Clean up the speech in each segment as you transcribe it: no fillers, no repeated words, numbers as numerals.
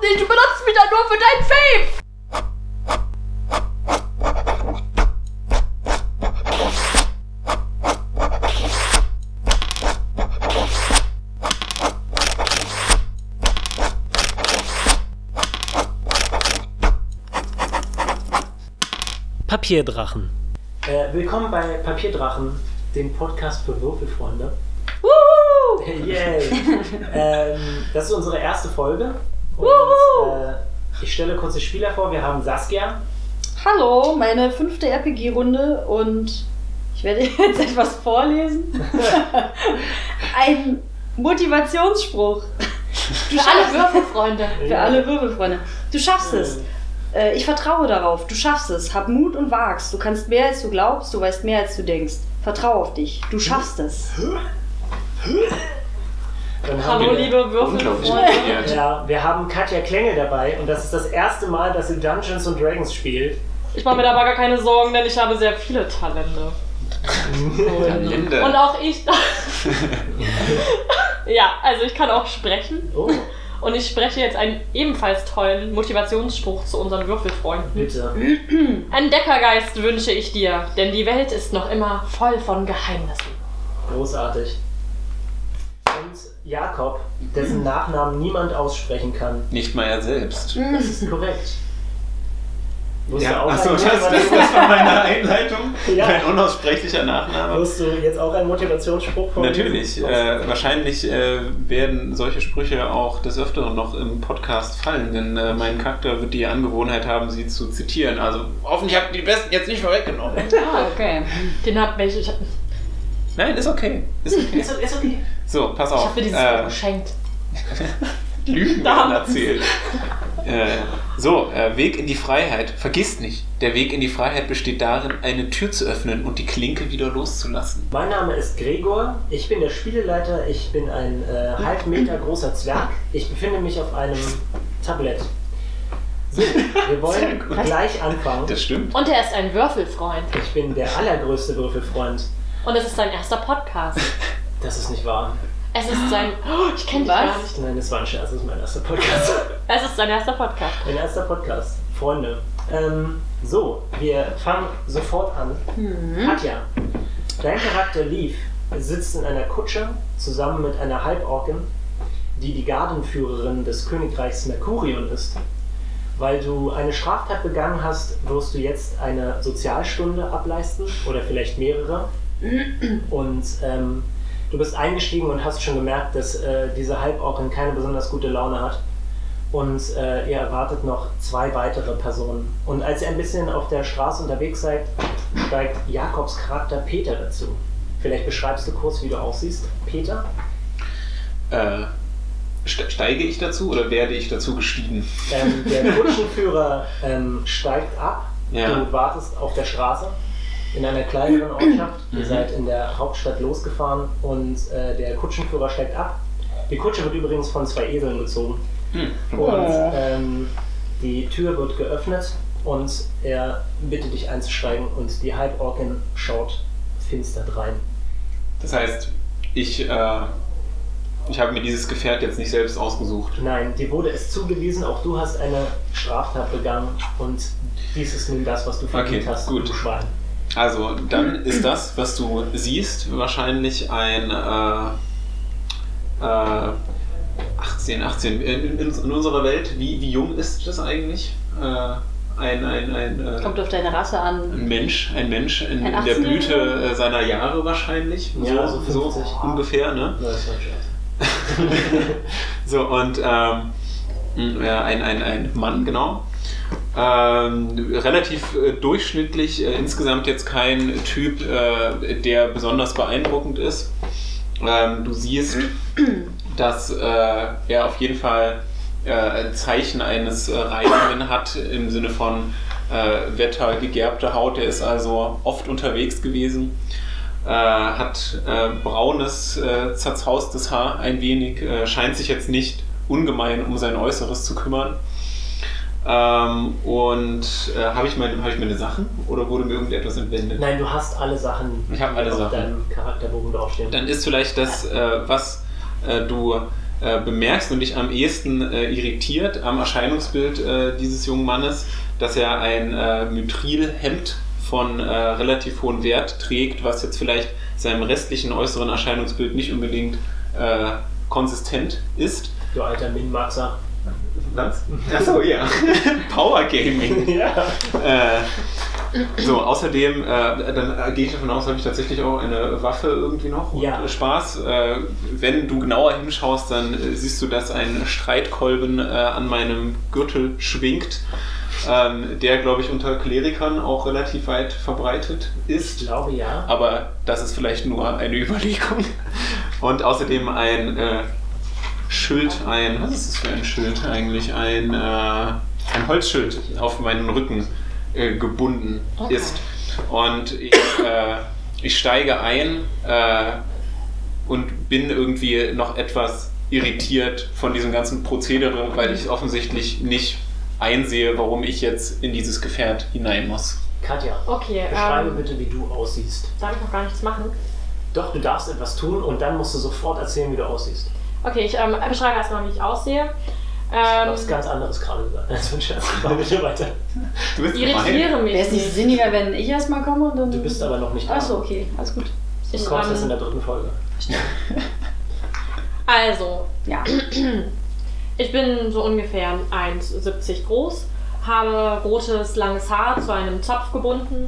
nicht. Du benutzt mich da nur für dein Fame. Papierdrachen. Willkommen bei Papierdrachen, dem Podcast für Würfelfreunde. Woohoo! Yay! Das ist unsere erste Folge. Und ich stelle kurz die Spieler vor. Wir haben Saskia. Hallo, meine 5. RPG-Runde und ich werde jetzt etwas vorlesen. Ein Motivationsspruch. Für alle Würfelfreunde. Für alle Würfelfreunde. Du schaffst es. Ich vertraue darauf. Du schaffst es. Hab Mut und wagst. Du kannst mehr, als du glaubst. Du weißt mehr, als du denkst. Vertrau auf dich. Du schaffst es. Hallo, liebe Würfelfreunde. Ja, wir haben Katja Klengel dabei und das ist das erste Mal, dass sie Dungeons & Dragons spielt. Ich mache mir da aber gar keine Sorgen, denn ich habe sehr viele Talente. Und auch ich. Ja, also ich kann auch sprechen. Oh. Und ich spreche jetzt einen ebenfalls tollen Motivationsspruch zu unseren Würfelfreunden. Bitte. Entdeckergeist wünsche ich dir, denn die Welt ist noch immer voll von Geheimnissen. Großartig. Und Jakob, dessen Nachnamen niemand aussprechen kann. Nicht mal er selbst. Das ist korrekt. Ja, achso, das war meine Einleitung. Ja. Ein unaussprechlicher Nachname. Wirst du jetzt auch einen Motivationsspruch vorlesen? Natürlich. Wahrscheinlich werden solche Sprüche auch des Öfteren noch im Podcast fallen, denn mein Charakter wird die Angewohnheit haben, sie zu zitieren. Also hoffentlich habt ihr die besten jetzt nicht vorweggenommen. Ah, okay. Den hab ich. Nein, ist okay. Ist okay. Ist okay. So, pass auf. Ich habe mir dieses Buch geschenkt. Lügen werden erzählt. Weg in die Freiheit. Vergiss nicht, der Weg in die Freiheit besteht darin, eine Tür zu öffnen und die Klinke wieder loszulassen. Mein Name ist Gregor, ich bin der Spieleleiter, ich bin ein halb Meter großer Zwerg. Ich befinde mich auf einem Tablett. So, wir wollen gleich anfangen. Das stimmt. Und er ist ein Würfelfreund. Ich bin der allergrößte Würfelfreund. Und es ist sein erster Podcast. Das ist nicht wahr. Es ist sein... Oh, ich kenne dich gar nicht. Nein, das war ein Scherz, das ist mein erster Podcast. Es ist sein erster Podcast. Mein erster Podcast. Freunde. Wir fangen sofort an. Katja, dein Charakter Leaf sitzt in einer Kutsche zusammen mit einer Halborkin, die die Gardenführerin des Königreichs Mercurion ist. Weil du eine Straftat begangen hast, wirst du jetzt eine Sozialstunde ableisten oder vielleicht mehrere. Und du bist eingestiegen und hast schon gemerkt, dass diese Halborkin keine besonders gute Laune hat. Und ihr erwartet noch 2 weitere Personen. Und als ihr ein bisschen auf der Straße unterwegs seid, steigt Jakobs Charakter Peter dazu. Vielleicht beschreibst du kurz, wie du aussiehst. Peter? Steige ich dazu oder werde ich dazu gestiegen? Der Kutschenführer steigt ab. Ja. Du wartest auf der Straße in einer kleineren Ortschaft. Ihr seid in der Hauptstadt losgefahren und der Kutschenführer steigt ab. Die Kutsche wird übrigens von 2 Eseln gezogen. Und die Tür wird geöffnet und er bittet dich einzusteigen und die Halborkin schaut finster drein. Das heißt, ich habe mir dieses Gefährt jetzt nicht selbst ausgesucht. Nein, dir wurde es zugewiesen, auch du hast eine Straftat begangen und dies ist nun das, was du verdient hast, gut. du Schwein. Also, dann ist das, was du siehst, wahrscheinlich ein 18. In unserer Welt, wie jung ist das eigentlich? Kommt auf deine Rasse an. Ein Mensch in der Blüte seiner Jahre wahrscheinlich. Ja, so 50. ungefähr, ne? Ja, das war Scherz. So, und ein Mann, genau. Relativ durchschnittlich, insgesamt jetzt kein Typ, der besonders beeindruckend ist. Du siehst, dass er auf jeden Fall ein Zeichen eines Reisenden hat, im Sinne von wettergegerbte Haut. Er ist also oft unterwegs gewesen, hat braunes, zerzaustes Haar ein wenig, scheint sich jetzt nicht ungemein um sein Äußeres zu kümmern. Habe ich meine Sachen oder wurde mir irgendetwas entwendet? Nein, du hast alle Sachen, ich habe alle auf Sachen. deinem Charakterbogen draufstehen. Dann ist vielleicht das, was du bemerkst und dich am ehesten irritiert am Erscheinungsbild dieses jungen Mannes, dass er ein Mithrilhemd von relativ hohem Wert trägt, was jetzt vielleicht seinem restlichen äußeren Erscheinungsbild nicht unbedingt konsistent ist. Du alter Min-Maxer. Was? Achso, ja. Power Gaming. Ja. So, außerdem, dann gehe ich davon aus, habe ich tatsächlich auch eine Waffe irgendwie noch und Spaß. Wenn du genauer hinschaust, dann siehst du, dass ein Streitkolben an meinem Gürtel schwingt, der, glaube ich, unter Klerikern auch relativ weit verbreitet ist. Ich glaube, ja. Aber das ist vielleicht nur eine Überlegung. Und außerdem ein Schild, was ist das für ein Schild eigentlich? Ein Holzschild auf meinen Rücken gebunden ist. Und ich steige ein und bin irgendwie noch etwas irritiert von diesem ganzen Prozedere, weil ich offensichtlich nicht einsehe, warum ich jetzt in dieses Gefährt hinein muss. Katja, okay, beschreibe bitte, wie du aussiehst. Darf ich noch gar nichts machen? Doch, du darfst etwas tun und dann musst du sofort erzählen, wie du aussiehst. Okay, ich beschreibe erstmal, wie ich aussehe. Ich habe was ganz anderes gerade gesagt. Also, mach bitte weiter. Du bist irritiere mich. Wäre es nicht sinniger, wenn ich erstmal komme? Und dann... Du bist aber noch nicht da. Achso, okay, alles gut. Du kommst erst in der 3. Folge. Also, Ja. ich bin so ungefähr 1,70 groß, habe rotes, langes Haar zu einem Zopf gebunden.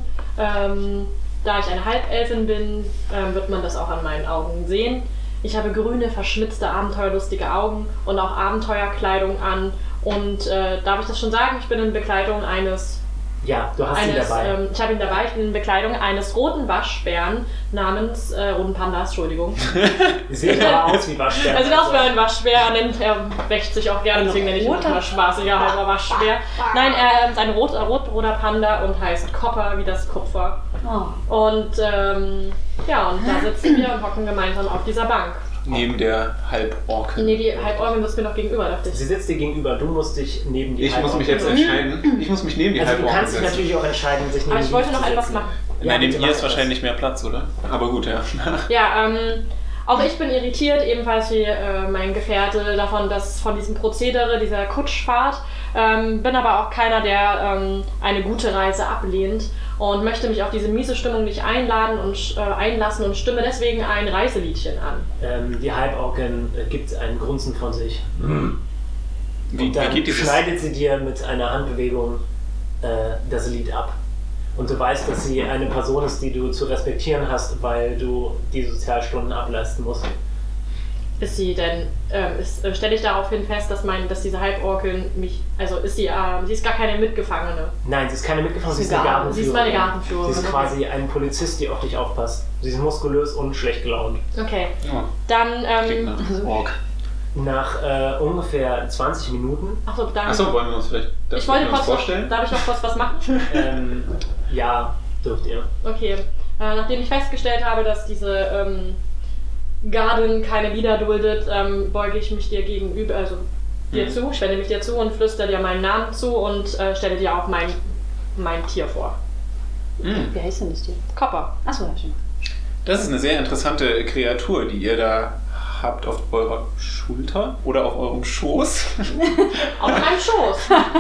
Da ich eine Halbelfin bin, wird man das auch an meinen Augen sehen. Ich habe grüne, verschmitzte, abenteuerlustige Augen und auch Abenteuerkleidung an. Und darf ich das schon sagen? Ich bin in Bekleidung eines... Ja, du hast ihn dabei. Ich habe ihn dabei. Ich bin in Bekleidung eines roten Waschbären namens roten Pandas, Entschuldigung. Sieht aber aus wie Waschbär. Er sieht aus wie ein Waschbär. Er wäscht sich auch gerne, deswegen nenne ich ihn immer spaßiger halber Waschbär. Nein, er ist ein roter Panda und heißt Copper wie das Kupfer. Oh. Und ja, und da sitzen wir und hocken gemeinsam auf dieser Bank. Neben der Halborkin. Nee, die Halborkin ist mir noch gegenüber, dachte ich. Sie sitzt dir gegenüber, du musst dich neben die Ich muss mich jetzt entscheiden. Ich muss mich neben die Also Halborkin du kannst dich setzen. natürlich auch entscheiden, sich neben Aber ich wollte die noch zu etwas setzen. machen. Nein, neben bitte ihr mach ist wahrscheinlich mehr Platz, oder? Aber gut, ja. Ja, auch ich bin irritiert, ebenfalls wie mein Gefährte, von diesem Prozedere, dieser Kutschfahrt. Bin aber auch keiner, der eine gute Reise ablehnt und möchte mich auf diese miese Stimmung nicht einlassen und stimme deswegen ein Reiseliedchen an. Die Halborkin gibt einen Grunzen von sich. Wie Und dann geht dieses? schneidet sie dir mit einer Handbewegung das Lied ab. Und du weißt, dass sie eine Person ist, die du zu respektieren hast, weil du die Sozialstunden ableisten musst. Ist sie denn, stelle ich daraufhin fest, dass diese Halborkin sie ist gar keine Mitgefangene. Nein, sie ist keine Mitgefangene, sie ist Sie eine ist Gartenführerin. Sie ist meine Gartenführerin. Sie ist quasi ein Polizist, die auf dich aufpasst. Sie ist muskulös und schlecht gelaunt. Okay, Ja, dann, klingt nach Ork. Nach ungefähr 20 Minuten, achso, dann... Achso, wollen wir uns vielleicht Ich wollte kurz vorstellen? darf ich noch kurz was machen? ja, dürft ihr. Okay, nachdem ich festgestellt habe, dass diese Garden keine Lieder duldet, beuge ich mich dir gegenüber, also dir zu, ich wende mich dir zu und flüstere dir meinen Namen zu und stelle dir auch mein Tier vor. Wie heißt denn das Tier? Copper. Achso, ja, schon. Das ist eine sehr interessante Kreatur, die ihr da habt auf eurer Schulter oder auf eurem Schoß. Auf meinem Schoß.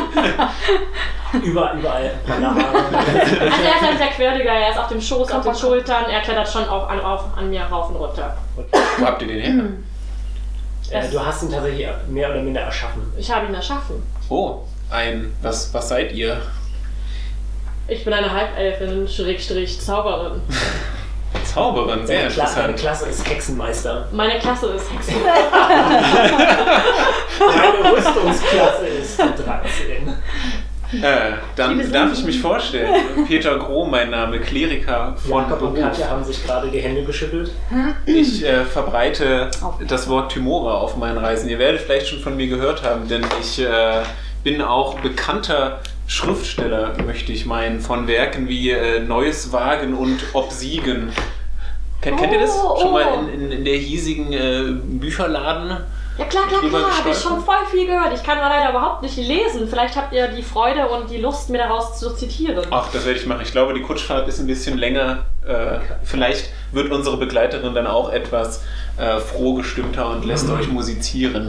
Überall Panama. Also er ist ein sehr quirliger, er ist auf dem Schoß, auf den Schultern, er klettert schon auch an mir rauf und runter. Wo habt ihr den her? Du hast ihn tatsächlich mehr oder minder erschaffen. Ich habe ihn erschaffen. Oh, was seid ihr? Ich bin eine Halbelfin, Schrägstrich, Zauberin. Zauberin, sehr Deine interessant. Klasse ist Hexenmeister. Meine Klasse ist Hexen. Deine Rüstungsklasse ist 13. Dann darf ich mich vorstellen. Peter Groh, mein Name, Kleriker von Jakob und Beruf. Katja haben sich gerade die Hände geschüttelt. Ich verbreite das Wort Tymora auf meinen Reisen. Ihr werdet vielleicht schon von mir gehört haben, denn ich bin auch bekannter Schriftsteller, möchte ich meinen, von Werken wie Neues Wagen und Obsiegen. Kennt ihr das? Schon mal in der hiesigen Bücherladen Ja klar, habe ich schon voll viel gehört. Ich kann da leider überhaupt nicht lesen. Vielleicht habt ihr die Freude und die Lust, mir daraus zu zitieren. Ach, das werde ich machen. Ich glaube, die Kutschfahrt ist ein bisschen länger. Vielleicht wird unsere Begleiterin dann auch etwas frohgestimmter und lässt euch musizieren.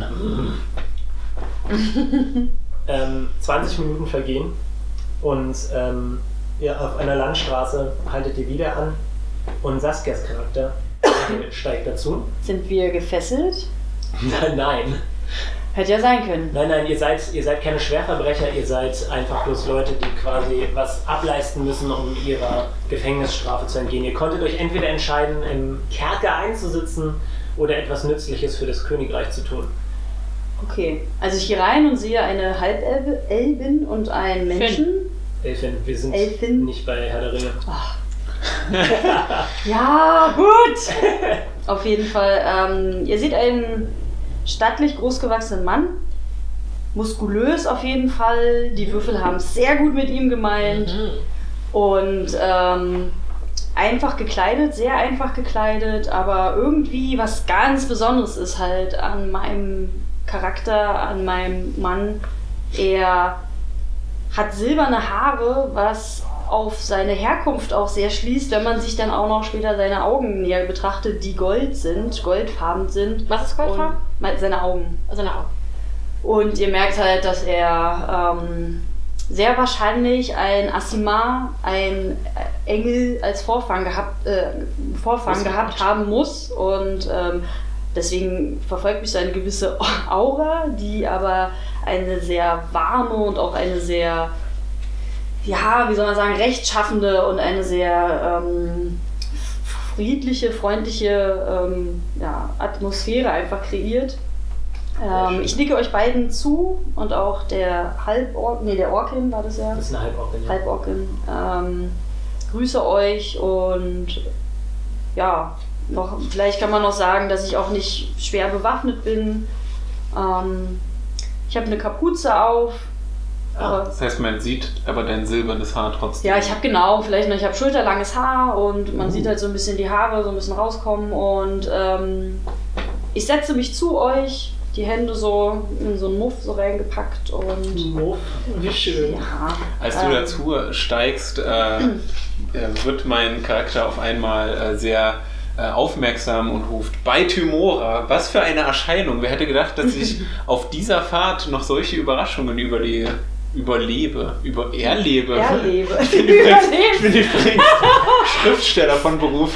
20 Minuten vergehen und auf einer Landstraße haltet ihr wieder an und Saskias Charakter steigt dazu. Sind wir gefesselt? Nein. Hätte ja sein können. Nein, ihr seid keine Schwerverbrecher, ihr seid einfach bloß Leute, die quasi was ableisten müssen, um ihrer Gefängnisstrafe zu entgehen. Ihr konntet euch entweder entscheiden, im Kerker einzusitzen oder etwas Nützliches für das Königreich zu tun. Okay, also ich gehe rein und sehe eine Halbelbin und einen Menschen. Elfin, wir sind nicht bei Herr der Ringe. Ach. Ja, gut! Auf jeden Fall, ihr seht einen stattlich großgewachsenen Mann, muskulös auf jeden Fall, die Würfel haben es sehr gut mit ihm gemeint und einfach gekleidet, sehr einfach gekleidet, aber irgendwie was ganz Besonderes ist halt an meinem Charakter, an meinem Mann. Er hat silberne Haare, was auf seine Herkunft auch sehr schließt, wenn man sich dann auch noch später seine Augen näher betrachtet, die goldfarben sind. Was ist goldfarben? Seine Augen. Seine Augen. Und ihr merkt halt, dass er sehr wahrscheinlich ein Asimar, ein Engel als Vorfahren gehabt haben muss und deswegen verfolgt mich so eine gewisse Aura, die aber eine sehr warme und auch eine sehr, ja, wie soll man sagen, rechtschaffende und eine sehr friedliche, freundliche Atmosphäre einfach kreiert. Ich nicke euch beiden zu und auch der der Orkin war das ja. Das ist eine Halborkin. Ja. Halborkin. Grüße euch und ja, vielleicht kann man noch sagen, dass ich auch nicht schwer bewaffnet bin. Ich habe eine Kapuze auf. Das heißt, man sieht aber dein silbernes Haar trotzdem. Ja, ich habe schulterlanges Haar und man sieht halt so ein bisschen die Haare so ein bisschen rauskommen und ich setze mich zu euch, die Hände so in so einen Muff so reingepackt und... Muff? Wie schön. Ja. Als du dazu steigst, wird mein Charakter auf einmal sehr aufmerksam und ruft: Bei Tymora, was für eine Erscheinung! Wer hätte gedacht, dass ich auf dieser Fahrt noch solche Überraschungen erlebe. Ich bin übrigens Schriftsteller von Beruf.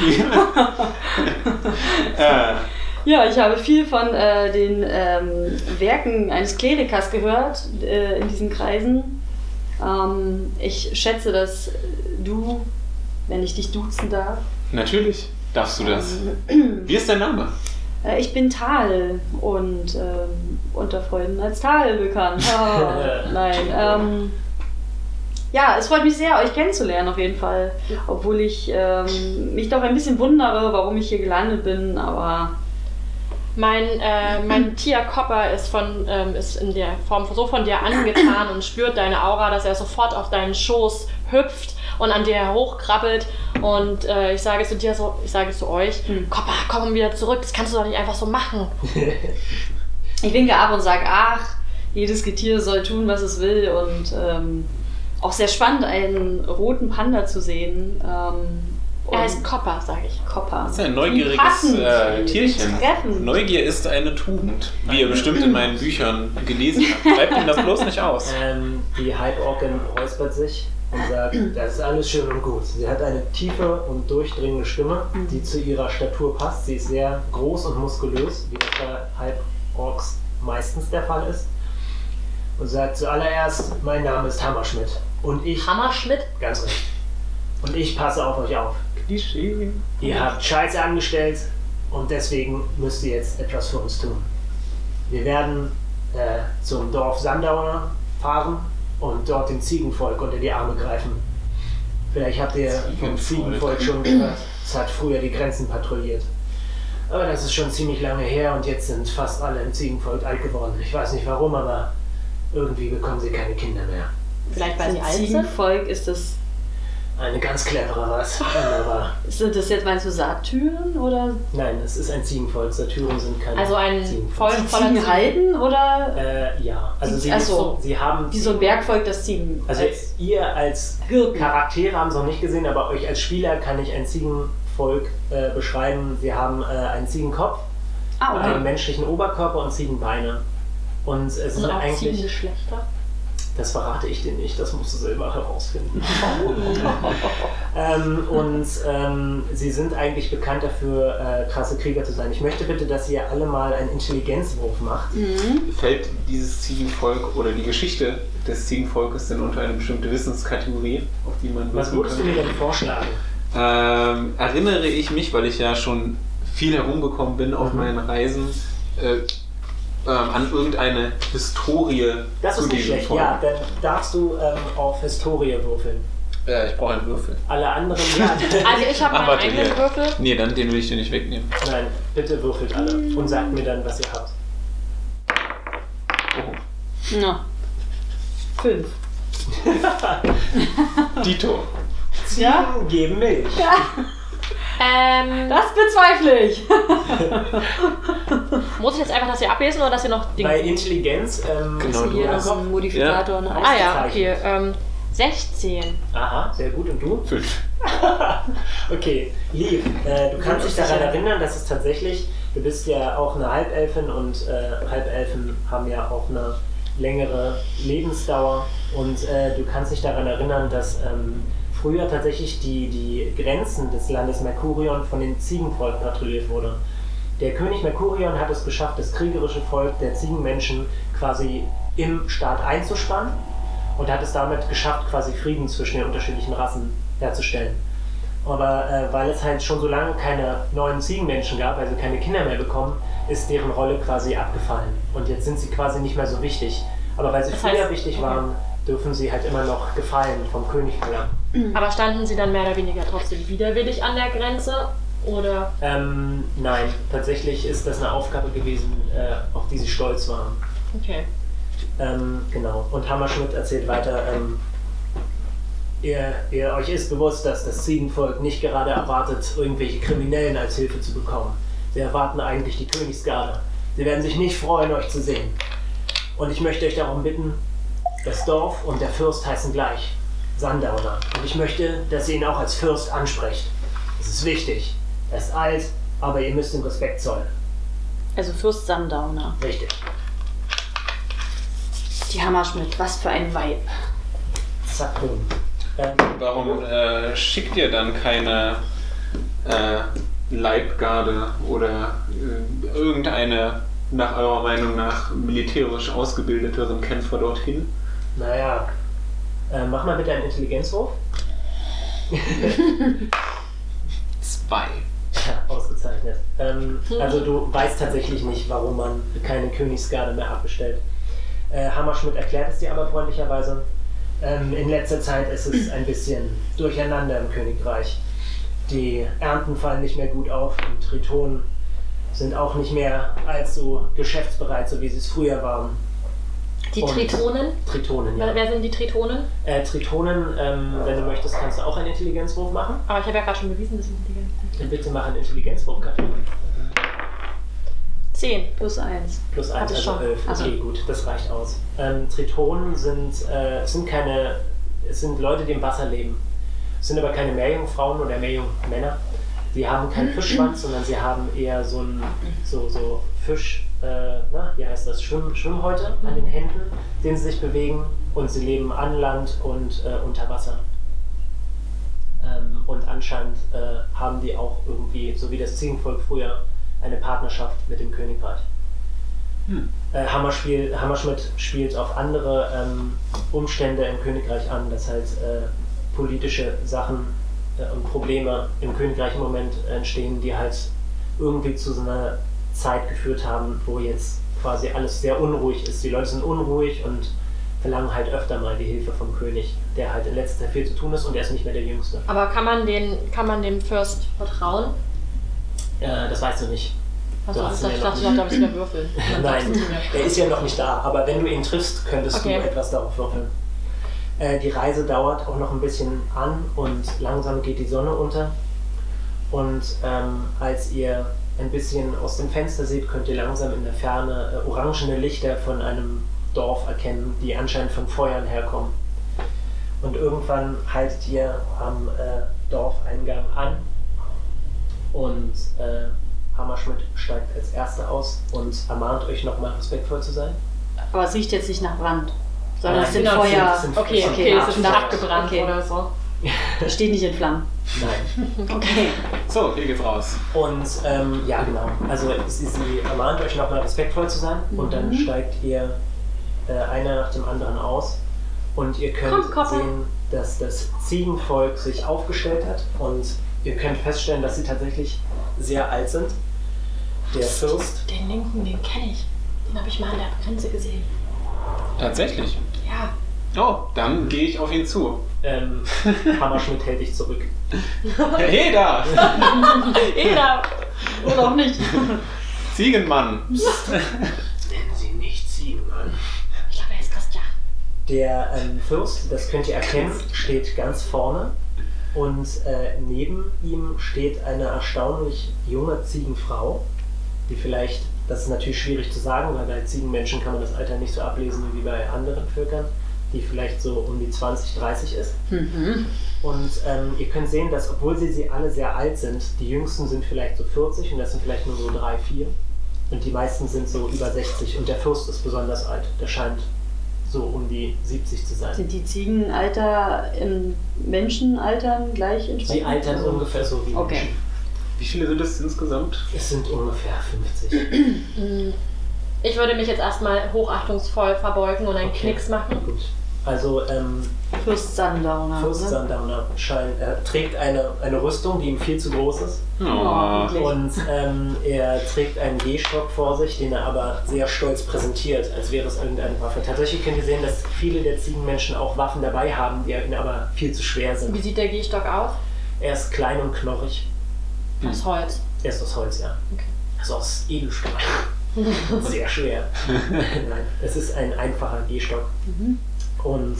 Ja, ich habe viel von den Werken eines Klerikers gehört in diesen Kreisen. Ich schätze, dass du, wenn ich dich duzen darf... Natürlich darfst du das. Wie ist dein Name? Ich bin Tal und unter Freunden als Tal bekannt. Oh, nein. Ja, es freut mich sehr, euch kennenzulernen auf jeden Fall. Obwohl ich mich doch ein bisschen wundere, warum ich hier gelandet bin, aber... Mein Tier Copper ist in der Form so von dir angetan und spürt deine Aura, dass er sofort auf deinen Schoß hüpft und an dir hochkrabbelt und ich sage zu euch, Copper, komm wieder zurück, das kannst du doch nicht einfach so machen. Ich winke ab und sage, ach, jedes Getier soll tun, was es will und auch sehr spannend, einen roten Panda zu sehen. Er heißt Copper, sage ich. Copper. Das ist ein neugieriges Tierchen. Neugier ist eine Tugend, wie ihr bestimmt in meinen Büchern gelesen habt. Schreibt ihm das bloß nicht aus. Die Halborkin räuspert sich und sagt, das ist alles schön und gut. Sie hat eine tiefe und durchdringende Stimme, die zu ihrer Statur passt. Sie ist sehr groß und muskulös, wie das bei Halborks meistens der Fall ist. Und sagt zuallererst, mein Name ist Hammerschmidt. Und ich... Hammerschmidt? Ganz recht. Und ich passe auf euch auf. Klischee. Ihr habt Scheiße angestellt und deswegen müsst ihr jetzt etwas für uns tun. Wir werden zum Dorf Sandauer fahren und dort dem Ziegenvolk unter die Arme greifen. Vielleicht habt ihr vom Ziegenvolk schon gehört. Es hat früher die Grenzen patrouilliert. Aber das ist schon ziemlich lange her und jetzt sind fast alle im Ziegenvolk alt geworden. Ich weiß nicht warum, aber irgendwie bekommen sie keine Kinder mehr. Vielleicht weil sie alt sind? Ziegenvolk ist das... Eine ganz clevere Rasse. Aber Sind das jetzt, meinst du, Satyren oder nein, es ist ein Ziegenvolk. Satyren sind keine Also ein Ziegenvolk. Volk die voller Ziegen halten oder Ja, also Ach so. sie haben... wie so ein Bergvolk, das Ziegen Also als ihr als Hirten. Charaktere haben es noch nicht gesehen, aber euch als Spieler kann ich ein Ziegenvolk beschreiben. Sie haben einen Ziegenkopf, einen menschlichen Oberkörper und Ziegenbeine. Und es und sind auch eigentlich... Ziegengeschlechter. Das verrate ich dir nicht, das musst du selber herausfinden. Sie sind eigentlich bekannt dafür, krasse Krieger zu sein. Ich möchte bitte, dass ihr alle mal einen Intelligenzwurf macht. Fällt dieses Ziegenvolk oder die Geschichte des Ziegenvolkes denn unter eine bestimmte Wissenskategorie, auf die man Was würdest du mir denn vorschlagen? Erinnere ich mich, weil ich ja schon viel herumgekommen bin auf meinen Reisen, an irgendeine Historie Das zu ist nicht diesem schlecht, Volk. ja, dann darfst du auf Historie würfeln. Ich brauche einen Würfel. Alle anderen, ja. Also ich habe Ach, meinen warte, eigenen hier. Würfel. Nee, dann den will ich dir nicht wegnehmen. Nein, bitte würfelt alle und sagt mir dann, was ihr habt. Oh. Na. 5. Dito. Ja? Geben Milch. Das bezweifle ich. Muss ich jetzt einfach das hier ablesen oder dass ihr noch Dinge... Bei Intelligenz, Genau, du Hier hast noch ein Modifikator. Ja. Eine Ah ja, okay. 16. Aha, sehr gut. Und du? 5. Okay, Liv, du kannst dich daran erinnern, dass es tatsächlich, du bist ja auch eine Halbelfin und Halbelfen haben ja auch eine längere Lebensdauer und du kannst dich daran erinnern, dass früher tatsächlich die Grenzen des Landes Mercurion von den Ziegenvolk patrouilliert wurde. Der König Mercurion hat es geschafft, das kriegerische Volk der Ziegenmenschen quasi im Staat einzuspannen und hat es damit geschafft, quasi Frieden zwischen den unterschiedlichen Rassen herzustellen. Aber weil es halt schon so lange keine neuen Ziegenmenschen gab, also keine Kinder mehr bekommen, ist deren Rolle quasi abgefallen. Und jetzt sind sie quasi nicht mehr so wichtig. Aber weil sie früher wichtig waren, dürfen sie halt immer noch Gefallen vom König verlangen. Aber standen sie dann mehr oder weniger trotzdem widerwillig an der Grenze? Oder? Nein, tatsächlich ist das eine Aufgabe gewesen, auf die sie stolz waren. Okay. Genau. Und Hammerschmidt erzählt weiter, ihr euch ist bewusst, dass das Ziegenvolk nicht gerade erwartet, irgendwelche Kriminellen als Hilfe zu bekommen. Sie erwarten eigentlich die Königsgarde. Sie werden sich nicht freuen, euch zu sehen. Und ich möchte euch darum bitten, das Dorf und der Fürst heißen gleich, Sundowner. Und ich möchte, dass ihr ihn auch als Fürst ansprecht. Das ist wichtig. Er ist alt, aber ihr müsst ihm Respekt zollen. Also Fürst Sundowner. Richtig. Die Hammerschmidt, was für ein Vibe. Zack, boom. Warum schickt ihr dann keine Leibgarde oder irgendeine, nach eurer Meinung nach, militärisch ausgebildeteren Kämpfer dorthin? Naja, mach mal bitte einen Intelligenzwurf. 2. Ja, ausgezeichnet. Also du weißt tatsächlich nicht, warum man keine Königsgarde mehr abbestellt. Hammerschmidt erklärt es dir aber freundlicherweise. In letzter Zeit ist es ein bisschen durcheinander im Königreich. Die Ernten fallen nicht mehr gut auf und Tritonen sind auch nicht mehr allzu geschäftsbereit, so wie sie es früher waren. Die Und Tritonen? Tritonen, ja. Wer sind die Tritonen? Tritonen, wenn du möchtest, kannst du auch einen Intelligenzwurf machen. Aber ich habe ja gerade schon bewiesen, dass ich intelligent bin. Bitte mach einen Intelligenzwurf, Katrin. 10. +1. +1, Hatte ich also schon. 11. Ach Okay, so. gut, das reicht aus. Tritonen es sind Leute, die im Wasser leben. Es sind aber keine Meerjungfrauen oder Meerjungmänner. Die haben keinen Fischschwanz, sondern sie haben eher so Fisch, wie heißt das, Schwimmhäute an den Händen, denen sie sich bewegen und sie leben an Land und unter Wasser. Und anscheinend haben die auch irgendwie, so wie das Ziegenvolk früher, eine Partnerschaft mit dem Königreich. Hammerschmidt spielt auf andere Umstände im Königreich an, dass halt politische Sachen und Probleme im Königreich im Moment entstehen, die halt irgendwie zu so einer Zeit geführt haben, wo jetzt quasi alles sehr unruhig ist. Die Leute sind unruhig und verlangen halt öfter mal die Hilfe vom König, der halt in letzter Zeit viel zu tun ist und er ist nicht mehr der Jüngste. Aber kann man dem Fürst vertrauen? Das weißt du nicht. Also, Du hast ich ihn ja dachte, noch ich darf wieder würfeln. Und dann Nein, sagst du mir. er ist ja noch nicht da, aber wenn du ihn triffst, könntest Okay. du etwas darauf würfeln. Die Reise dauert auch noch ein bisschen an und langsam geht die Sonne unter. Und als ihr ein bisschen aus dem Fenster seht, könnt ihr langsam in der Ferne orangene Lichter von einem Dorf erkennen, die anscheinend von Feuern herkommen. Und irgendwann haltet ihr am Dorfeingang an und Hammerschmidt steigt als Erster aus und ermahnt euch nochmal respektvoll zu sein. Aber es riecht jetzt nicht nach Brand, sondern Nein, es sind genau, Feuer. es sind Okay, es ist nicht abgebrannt oder so. Das steht nicht in Flammen. Nein. Okay. So, hier geht's raus. Und ja, genau. Also sie ermahnt euch nochmal respektvoll zu sein und dann steigt ihr einer nach dem anderen aus und ihr könnt sehen, dass das Ziegenvolk sich aufgestellt hat und ihr könnt feststellen, dass sie tatsächlich sehr alt sind. Der Fürst. Den linken, den kenne ich. Den habe ich mal an der Grenze gesehen. Tatsächlich. Ja. Oh, dann gehe ich auf ihn zu. Hammerschmidt hält dich zurück. Hey da! Eda! Oder auch nicht. Ziegenmann! Nennen Sie nicht Ziegenmann. Ich glaube, er ist Christian. Der Fürst, das könnt ihr erkennen, steht ganz vorne und neben ihm steht eine erstaunlich junge Ziegenfrau, die vielleicht, das ist natürlich schwierig zu sagen, weil bei Ziegenmenschen kann man das Alter nicht so ablesen wie bei anderen Völkern, die vielleicht so um die 20, 30 ist. Und ihr könnt sehen, dass obwohl sie alle sehr alt sind, die Jüngsten sind vielleicht so 40 und das sind vielleicht nur so 3, 4 und die meisten sind so über 60 und der Fürst ist besonders alt, der scheint so um die 70 zu sein. Sind die Ziegenalter im Menschenaltern gleich entsprechend? Sie altern ungefähr so wie Okay. Menschen. Wie viele sind es insgesamt? Es sind ungefähr 50. Ich würde mich jetzt erstmal hochachtungsvoll verbeugen und einen Okay. Knicks machen. Gut. Also Fürst Sundowner. Fürst ne? Sundowner trägt eine Rüstung, die ihm viel zu groß ist. Oh. wirklich. Und er trägt einen Gehstock vor sich, den er aber sehr stolz präsentiert, als wäre es irgendeine Waffe. Tatsächlich könnt ihr sehen, dass viele der Ziegenmenschen auch Waffen dabei haben, die ihnen aber viel zu schwer sind. Wie sieht der Gehstock aus? Er ist klein und knorrig. Aus Holz. Er ist aus Holz, ja. Okay. Also aus Edelstahl. Sehr schwer. Nein, es ist ein einfacher Gehstock. Und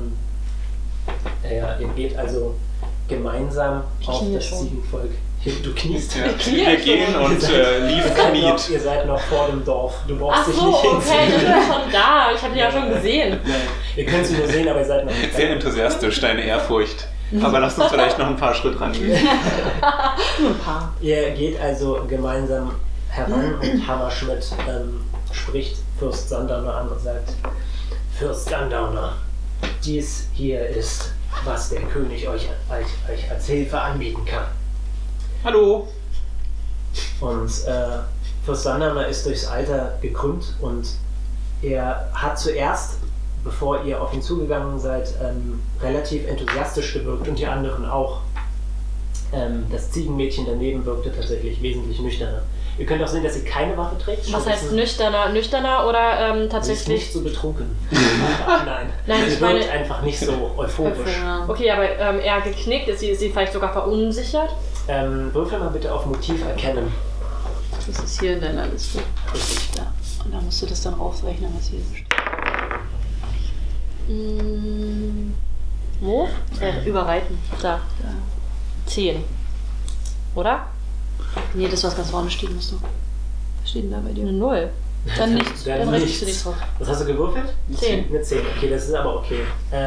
ihr geht also gemeinsam auf knie das schon. Ziegenvolk. Du kniest. Ja, wir gehen und Leaf kniet. Ihr seid noch vor dem Dorf. Du brauchst Ach dich so, nicht okay, ich hinziehen. bin schon da. Ich habe die ja schon gesehen. Nein, ihr könnt sie nur sehen, aber ihr seid noch nicht Sehr da. enthusiastisch, deine Ehrfurcht. Aber lass uns vielleicht noch ein paar Schritte rangehen. Nur ein paar. Ihr geht also gemeinsam heran und Hammerschmidt spricht Fürst Sundowner an und sagt: Fürst Sundowner, dies hier ist, was der König euch als Hilfe anbieten kann. Hallo! Und Fürst Sundowner ist durchs Alter gekrümmt und er hat zuerst, bevor ihr auf ihn zugegangen seid, relativ enthusiastisch gewirkt und die anderen auch. Das Ziegenmädchen daneben wirkte tatsächlich wesentlich nüchterner. Ihr könnt auch sehen, dass sie keine Waffe trägt. Was heißt nüchterner? Nüchterner oder Sie ist tatsächlich? nicht so betrunken. Nein, Nein, sie ich meine- wirkt einfach nicht so euphorisch. Okay, aber eher geknickt. Ist sie vielleicht sogar verunsichert? Würfel mal bitte auf Motiv erkennen. Das ist hier in deiner Liste. Richtig. Ja. Und dann musst du das dann rausrechnen, was hier steht. Wo? Überreiten. Da. 10. Oder? Nee, das, was ganz vorne steht, musst du. Was steht denn da bei dir? Eine 0. Dann nichts. Dann rechnest du nichts drauf. Was hast du gewürfelt? 10. Eine 10. Okay, das ist aber okay.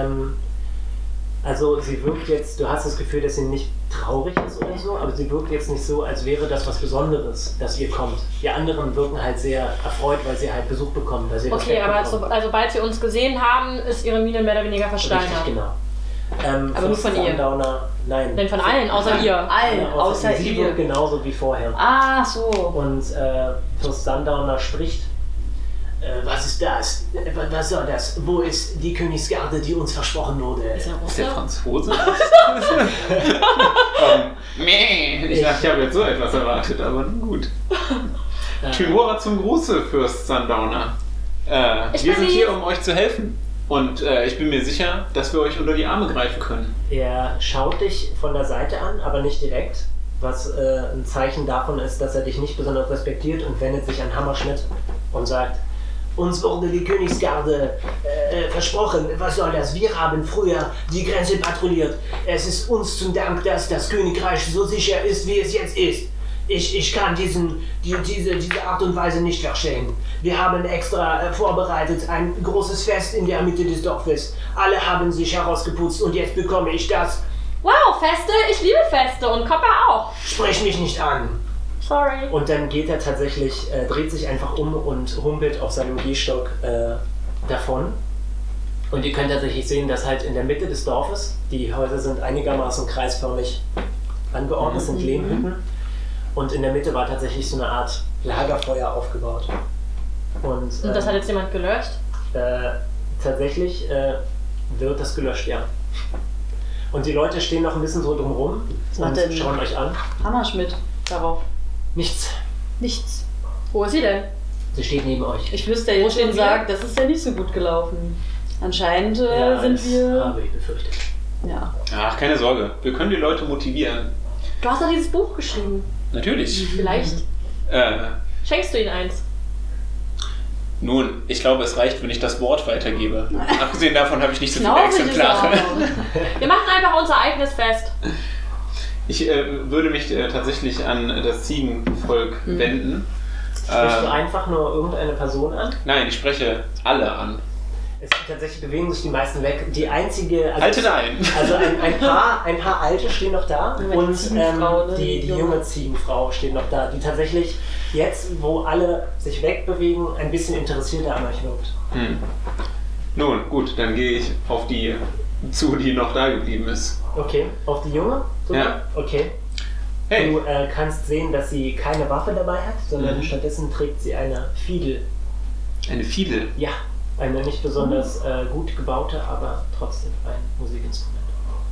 Also sie wirkt jetzt, du hast das Gefühl, dass sie nicht traurig ist oder so, aber sie wirkt jetzt nicht so, als wäre das was Besonderes, dass ihr kommt. Die anderen wirken halt sehr erfreut, weil sie halt Besuch bekommen, weil sie Okay, Respekt aber bekommen. sobald sie uns gesehen haben, ist ihre Miene mehr oder weniger versteinert. Richtig, genau. Aber nur von ihr? Sundowner, nein. Denn von allen, außer ihr. Allen, außer sie ihr. wirkt genauso wie vorher. Ah, so. Und Fürst Sundowner spricht: Was ist das? Was soll das? Wo ist die Königsgarde, die uns versprochen wurde? Ist er Ist der Russe? Franzose? Ich dachte, ich habe jetzt so etwas erwartet, aber nun gut. Tynora zum Gruße, Fürst Sundowner. Wir bin sind lieb. hier, um euch zu helfen. Und ich bin mir sicher, dass wir euch unter die Arme greifen können. Er schaut dich von der Seite an, aber nicht direkt, was ein Zeichen davon ist, dass er dich nicht besonders respektiert und wendet sich an Hammerschmidt und sagt: Uns wurde die Königsgarde versprochen. Was soll das? Wir haben früher die Grenze patrouilliert. Es ist uns zum Dank, dass das Königreich so sicher ist, wie es jetzt ist. Ich kann diese Art und Weise nicht verstehen. Wir haben extra vorbereitet ein großes Fest in der Mitte des Dorfes. Alle haben sich herausgeputzt und jetzt bekomme ich das. Wow, Feste? Ich liebe Feste und Copper auch. Sprech mich nicht an. Sorry. Und dann geht er tatsächlich, dreht sich einfach um und humpelt auf seinem Gehstock davon. Und ihr könnt tatsächlich sehen, dass halt in der Mitte des Dorfes, die Häuser sind einigermaßen kreisförmig angeordnet, sind Lehmhütten. Und in der Mitte war tatsächlich so eine Art Lagerfeuer aufgebaut. Und das hat jetzt jemand gelöscht? Tatsächlich wird das gelöscht, ja. Und die Leute stehen noch ein bisschen so drumherum und schauen euch an. Hammerschmidt darauf. Nichts. Nichts. Wo ist sie denn? Sie steht neben euch. Ich wüsste jetzt schon sagt, das ist ja nicht so gut gelaufen. Anscheinend sind wir... habe ich befürchtet. Ja. Ach, keine Sorge. Wir können die Leute motivieren. Du hast doch dieses Buch geschrieben. Natürlich. Vielleicht schenkst du ihnen eins. Nun, ich glaube, es reicht, wenn ich das Wort weitergebe. Abgesehen davon habe ich nicht so viele Knausrig ist Exemplare. Wir machen einfach unser eigenes Fest. Ich würde mich tatsächlich an das Ziegenvolk wenden. Sprichst du einfach nur irgendeine Person an? Nein, ich spreche alle an. Tatsächlich bewegen sich die meisten weg. Die einzige... Haltet ein! Also ein paar Alte stehen noch da und die junge Ziegenfrau steht noch da, die tatsächlich jetzt, wo alle sich wegbewegen, ein bisschen interessierter an euch wirkt. Nun, gut, dann gehe ich auf die zu, die noch da geblieben ist. Okay, auf die Junge? Ja. Okay. Hey! Du kannst sehen, dass sie keine Waffe dabei hat, sondern stattdessen trägt sie eine Fiedel. Eine Fiedel? Ja. Eine nicht besonders gut gebaute, aber trotzdem ein Musikinstrument.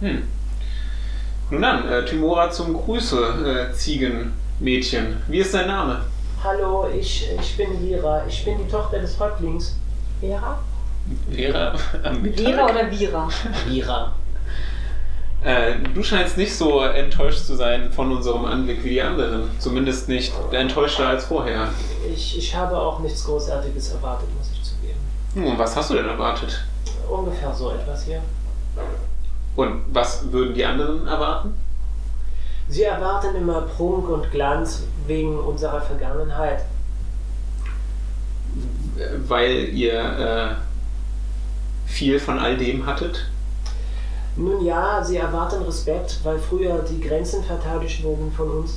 Nun dann, Timora zum Grüße, Ziegenmädchen. Wie ist dein Name? Hallo, ich bin Vira. Ich bin die Tochter des Häuptlings. Vera? Vera? Vera oder Vira? Vira. Du scheinst nicht so enttäuscht zu sein von unserem Anblick wie die anderen. Zumindest nicht enttäuschter als vorher. Ich habe auch nichts Großartiges erwartet, muss ich zugeben. Und was hast du denn erwartet? Ungefähr so etwas hier. Und was würden die anderen erwarten? Sie erwarten immer Prunk und Glanz wegen unserer Vergangenheit. Weil ihr viel von all dem hattet? Nun ja, sie erwarten Respekt, weil früher die Grenzen verteidigt wurden von uns.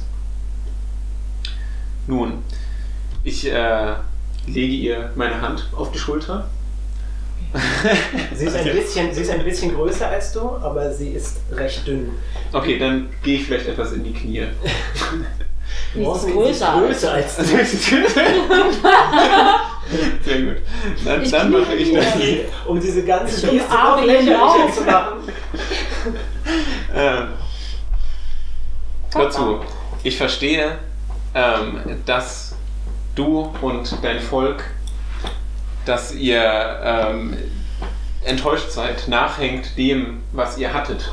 Nun, ich lege ihr meine Hand auf die Schulter. Sie ist ein bisschen größer als du, aber sie ist recht dünn. Okay, dann gehe ich vielleicht etwas in die Knie. Sie ist größer als du. Sehr gut. Dann mache ich das. Um diese ganze Geste Arme noch lächerlicher zu machen. Hör zu, ich verstehe, dass du und dein Volk, dass ihr enttäuscht seid, nachhängt dem, was ihr hattet.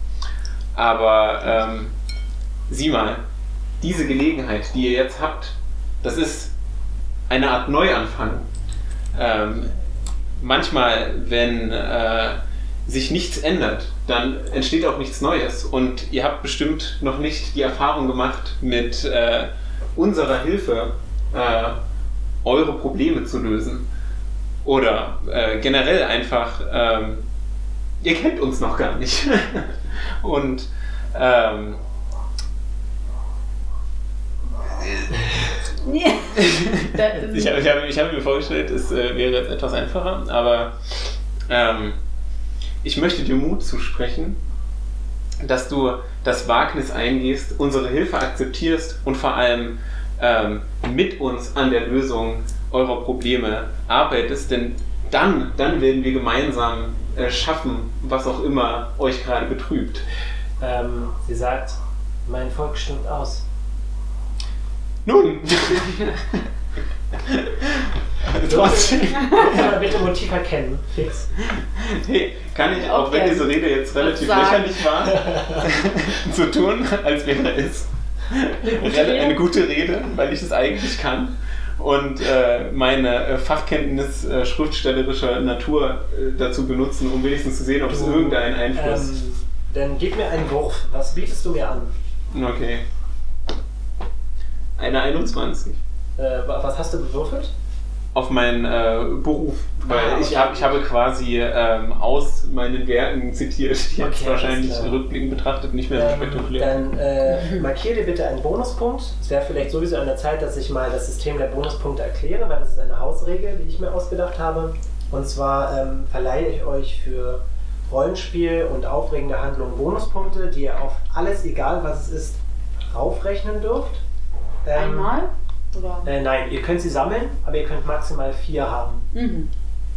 Aber sieh mal, diese Gelegenheit, die ihr jetzt habt, das ist eine Art Neuanfang. Manchmal, wenn sich nichts ändert, dann entsteht auch nichts Neues. Und ihr habt bestimmt noch nicht die Erfahrung gemacht, mit unserer Hilfe eure Probleme zu lösen. Oder generell einfach, ihr kennt uns noch gar nicht. Und ich habe mir vorgestellt, es wäre jetzt etwas einfacher, aber ich möchte dir Mut zusprechen, dass du das Wagnis eingehst, unsere Hilfe akzeptierst und vor allem mit uns an der Lösung eurer Probleme arbeitest, denn dann werden wir gemeinsam schaffen, was auch immer euch gerade betrübt. Sie sagt, mein Volk stimmt aus. Nun! Trotzdem. Bitte Motiv erkennen. Fix. Hey, kann ich, auch wenn diese Rede jetzt relativ lächerlich war, so tun, als wäre es eine gute Rede, weil ich es eigentlich kann. und meine Fachkenntnis schriftstellerischer Natur dazu benutzen, um wenigstens zu sehen, ob es irgendeinen Einfluss... Dann gib mir einen Wurf. Was bietest du mir an? Okay. Eine 21. Was hast du gewürfelt? Auf meinen Beruf, weil okay. ich habe quasi aus meinen Werken zitiert, die jetzt Okay, wahrscheinlich alles klar. rückblickend betrachtet nicht mehr so spektakulär. Dann markiere dir bitte einen Bonuspunkt. Es wäre vielleicht sowieso an der Zeit, dass ich mal das System der Bonuspunkte erkläre, weil das ist eine Hausregel, die ich mir ausgedacht habe. Und zwar verleihe ich euch für Rollenspiel und aufregende Handlungen Bonuspunkte, die ihr auf alles, egal was es ist, raufrechnen dürft. Einmal? Oder? Nein, ihr könnt sie sammeln, aber ihr könnt maximal 4 haben. Mhm.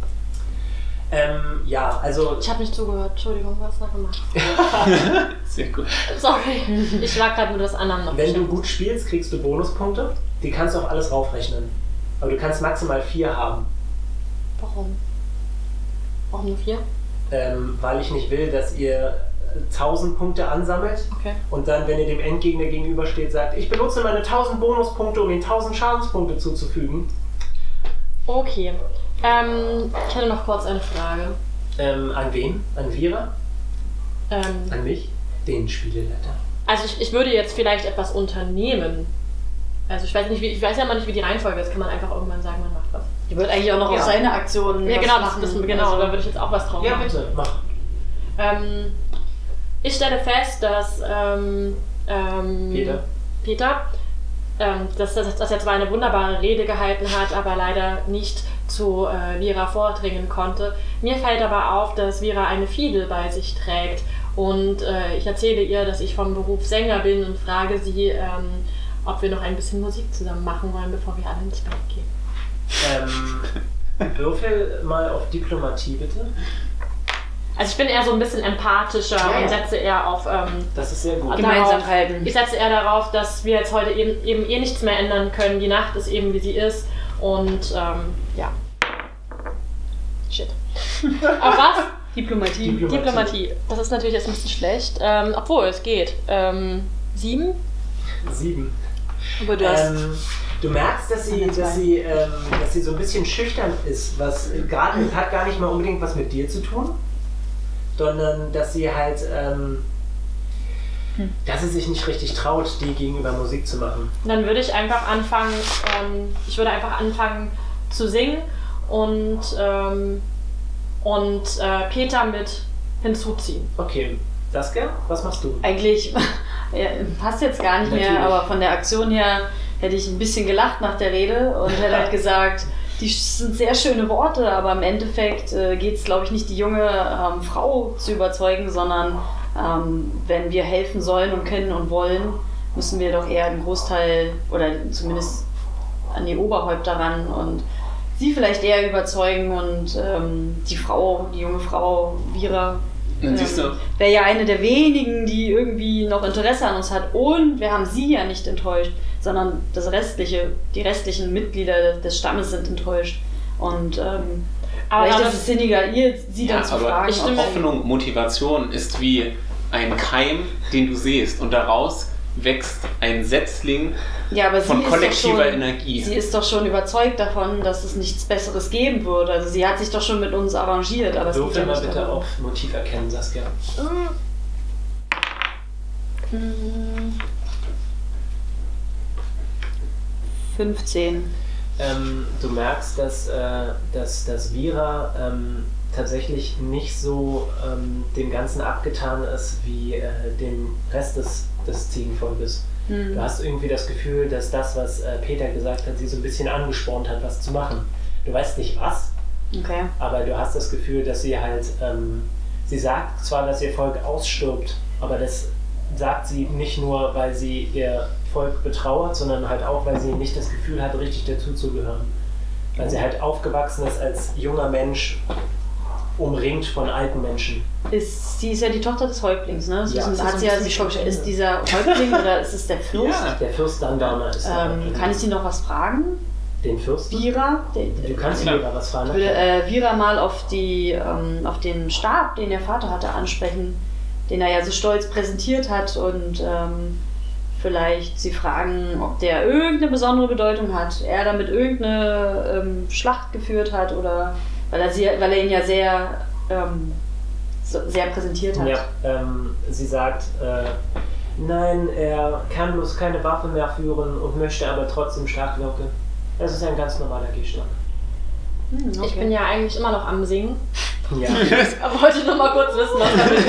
Ja, also... Ich habe nicht zugehört, Entschuldigung, was noch gemacht? Sehr gut. Sorry, ich war gerade mit was anderem noch. Wenn du gut spielst, kriegst du Bonuspunkte. Die kannst du auf alles raufrechnen. Aber du kannst maximal 4 haben. Warum? Warum nur 4? Weil ich nicht will, dass ihr 1000 Punkte ansammelt Okay. und dann, wenn ihr dem Endgegner gegenübersteht, sagt, ich benutze meine 1000 Bonuspunkte, um ihm 1000 Schadenspunkte zuzufügen. Okay. Ich hätte noch kurz eine Frage. An wen? An Vira? An mich? Den Spieleleiter. Also ich würde jetzt vielleicht etwas unternehmen. Also ich weiß ja mal nicht, wie die Reihenfolge ist. Kann man einfach irgendwann sagen, man macht was. Die wird eigentlich auch noch auf seine Aktionen Ja, was genau, machen. da würde ich jetzt auch was drauf Ja, machen. bitte, mach. Ich stelle fest, dass Peter dass er zwar eine wunderbare Rede gehalten hat, aber leider nicht zu Vira vordringen konnte. Mir fällt aber auf, dass Vira eine Fiedel bei sich trägt und ich erzähle ihr, dass ich vom Beruf Sänger bin und frage sie, ob wir noch ein bisschen Musik zusammen machen wollen, bevor wir alle ins Bett gehen. Würfel mal auf Diplomatie, bitte. Also ich bin eher so ein bisschen empathischer und setze eher auf das ist sehr gut. Gemeinsamkeiten. Ich setze eher darauf, dass wir jetzt heute eben eh nichts mehr ändern können. Die Nacht ist eben, wie sie ist. Und ja. Shit. Auf was? Diplomatie. Das ist natürlich jetzt ein bisschen schlecht. Obwohl, es geht. 7? 7. Aber du hast... Du merkst, dass sie so ein bisschen schüchtern ist, was gerade hat gar nicht mal unbedingt was mit dir zu tun, sondern dass sie halt, dass sie sich nicht richtig traut, dir gegenüber Musik zu machen. Dann würde ich einfach anfangen, zu singen und Peter mit hinzuziehen. Okay, Saskia, was machst du? Eigentlich passt jetzt gar nicht Natürlich. mehr, aber von der Aktion her hätte ich ein bisschen gelacht nach der Rede und hätte halt gesagt, die sind sehr schöne Worte, aber im Endeffekt geht es, glaube ich, nicht die junge Frau zu überzeugen, sondern wenn wir helfen sollen und können und wollen, müssen wir doch eher einen Großteil oder zumindest an die Oberhäupter ran und sie vielleicht eher überzeugen und die junge Frau, Vira, wäre ja eine der wenigen, die irgendwie noch Interesse an uns hat. Und wir haben sie ja nicht enttäuscht, sondern die restlichen Mitglieder des Stammes sind enttäuscht. Und vielleicht ist es sinniger, sie dann zu fragen. Hoffnung, Motivation ist wie ein Keim, den du sähst und daraus wächst ein Setzling von kollektiver Energie. Sie ist doch schon überzeugt davon, dass es nichts Besseres geben würde. Also sie hat sich doch schon mit uns arrangiert. Aber Würfel mal bitte auf Motiv erkennen, Saskia. 15. Du merkst, dass Vira tatsächlich nicht so dem Ganzen abgetan ist wie dem Rest des Ziegenvolkes. Du hast irgendwie das Gefühl, dass das, was Peter gesagt hat, sie so ein bisschen angespornt hat, was zu machen. Du weißt nicht was, aber du hast das Gefühl, dass sie halt, sie sagt zwar, dass ihr Volk ausstirbt, aber das sagt sie nicht nur, weil sie ihr Volk betrauert, sondern halt auch, weil sie nicht das Gefühl hat, richtig dazuzugehören. Weil sie halt aufgewachsen ist als junger Mensch, umringt von alten Menschen. Sie ist ja die Tochter des Häuptlings, ne? Ja, hat sie ja sich vorgestellt. Ist dieser Häuptling oder ist es der Fürst? Ja, der Fürst Dandana ist der Häuptling. Kann ich sie noch was fragen? Den Fürsten? Vira? Du kannst Vira was fragen. Ich würde Vira mal auf den Stab, den der Vater hatte, ansprechen, den er ja so stolz präsentiert hat und vielleicht sie fragen, ob der irgendeine besondere Bedeutung hat. Er damit irgendeine Schlacht geführt hat oder weil er ihn ja sehr präsentiert hat. Ja, sie sagt, nein, er kann bloß keine Waffe mehr führen und möchte aber trotzdem stark wirken. Das ist ein ganz normaler Gegenstand. Okay. Ich bin ja eigentlich immer noch am Singen. Ja. Aber wollte nur mal kurz wissen, was damit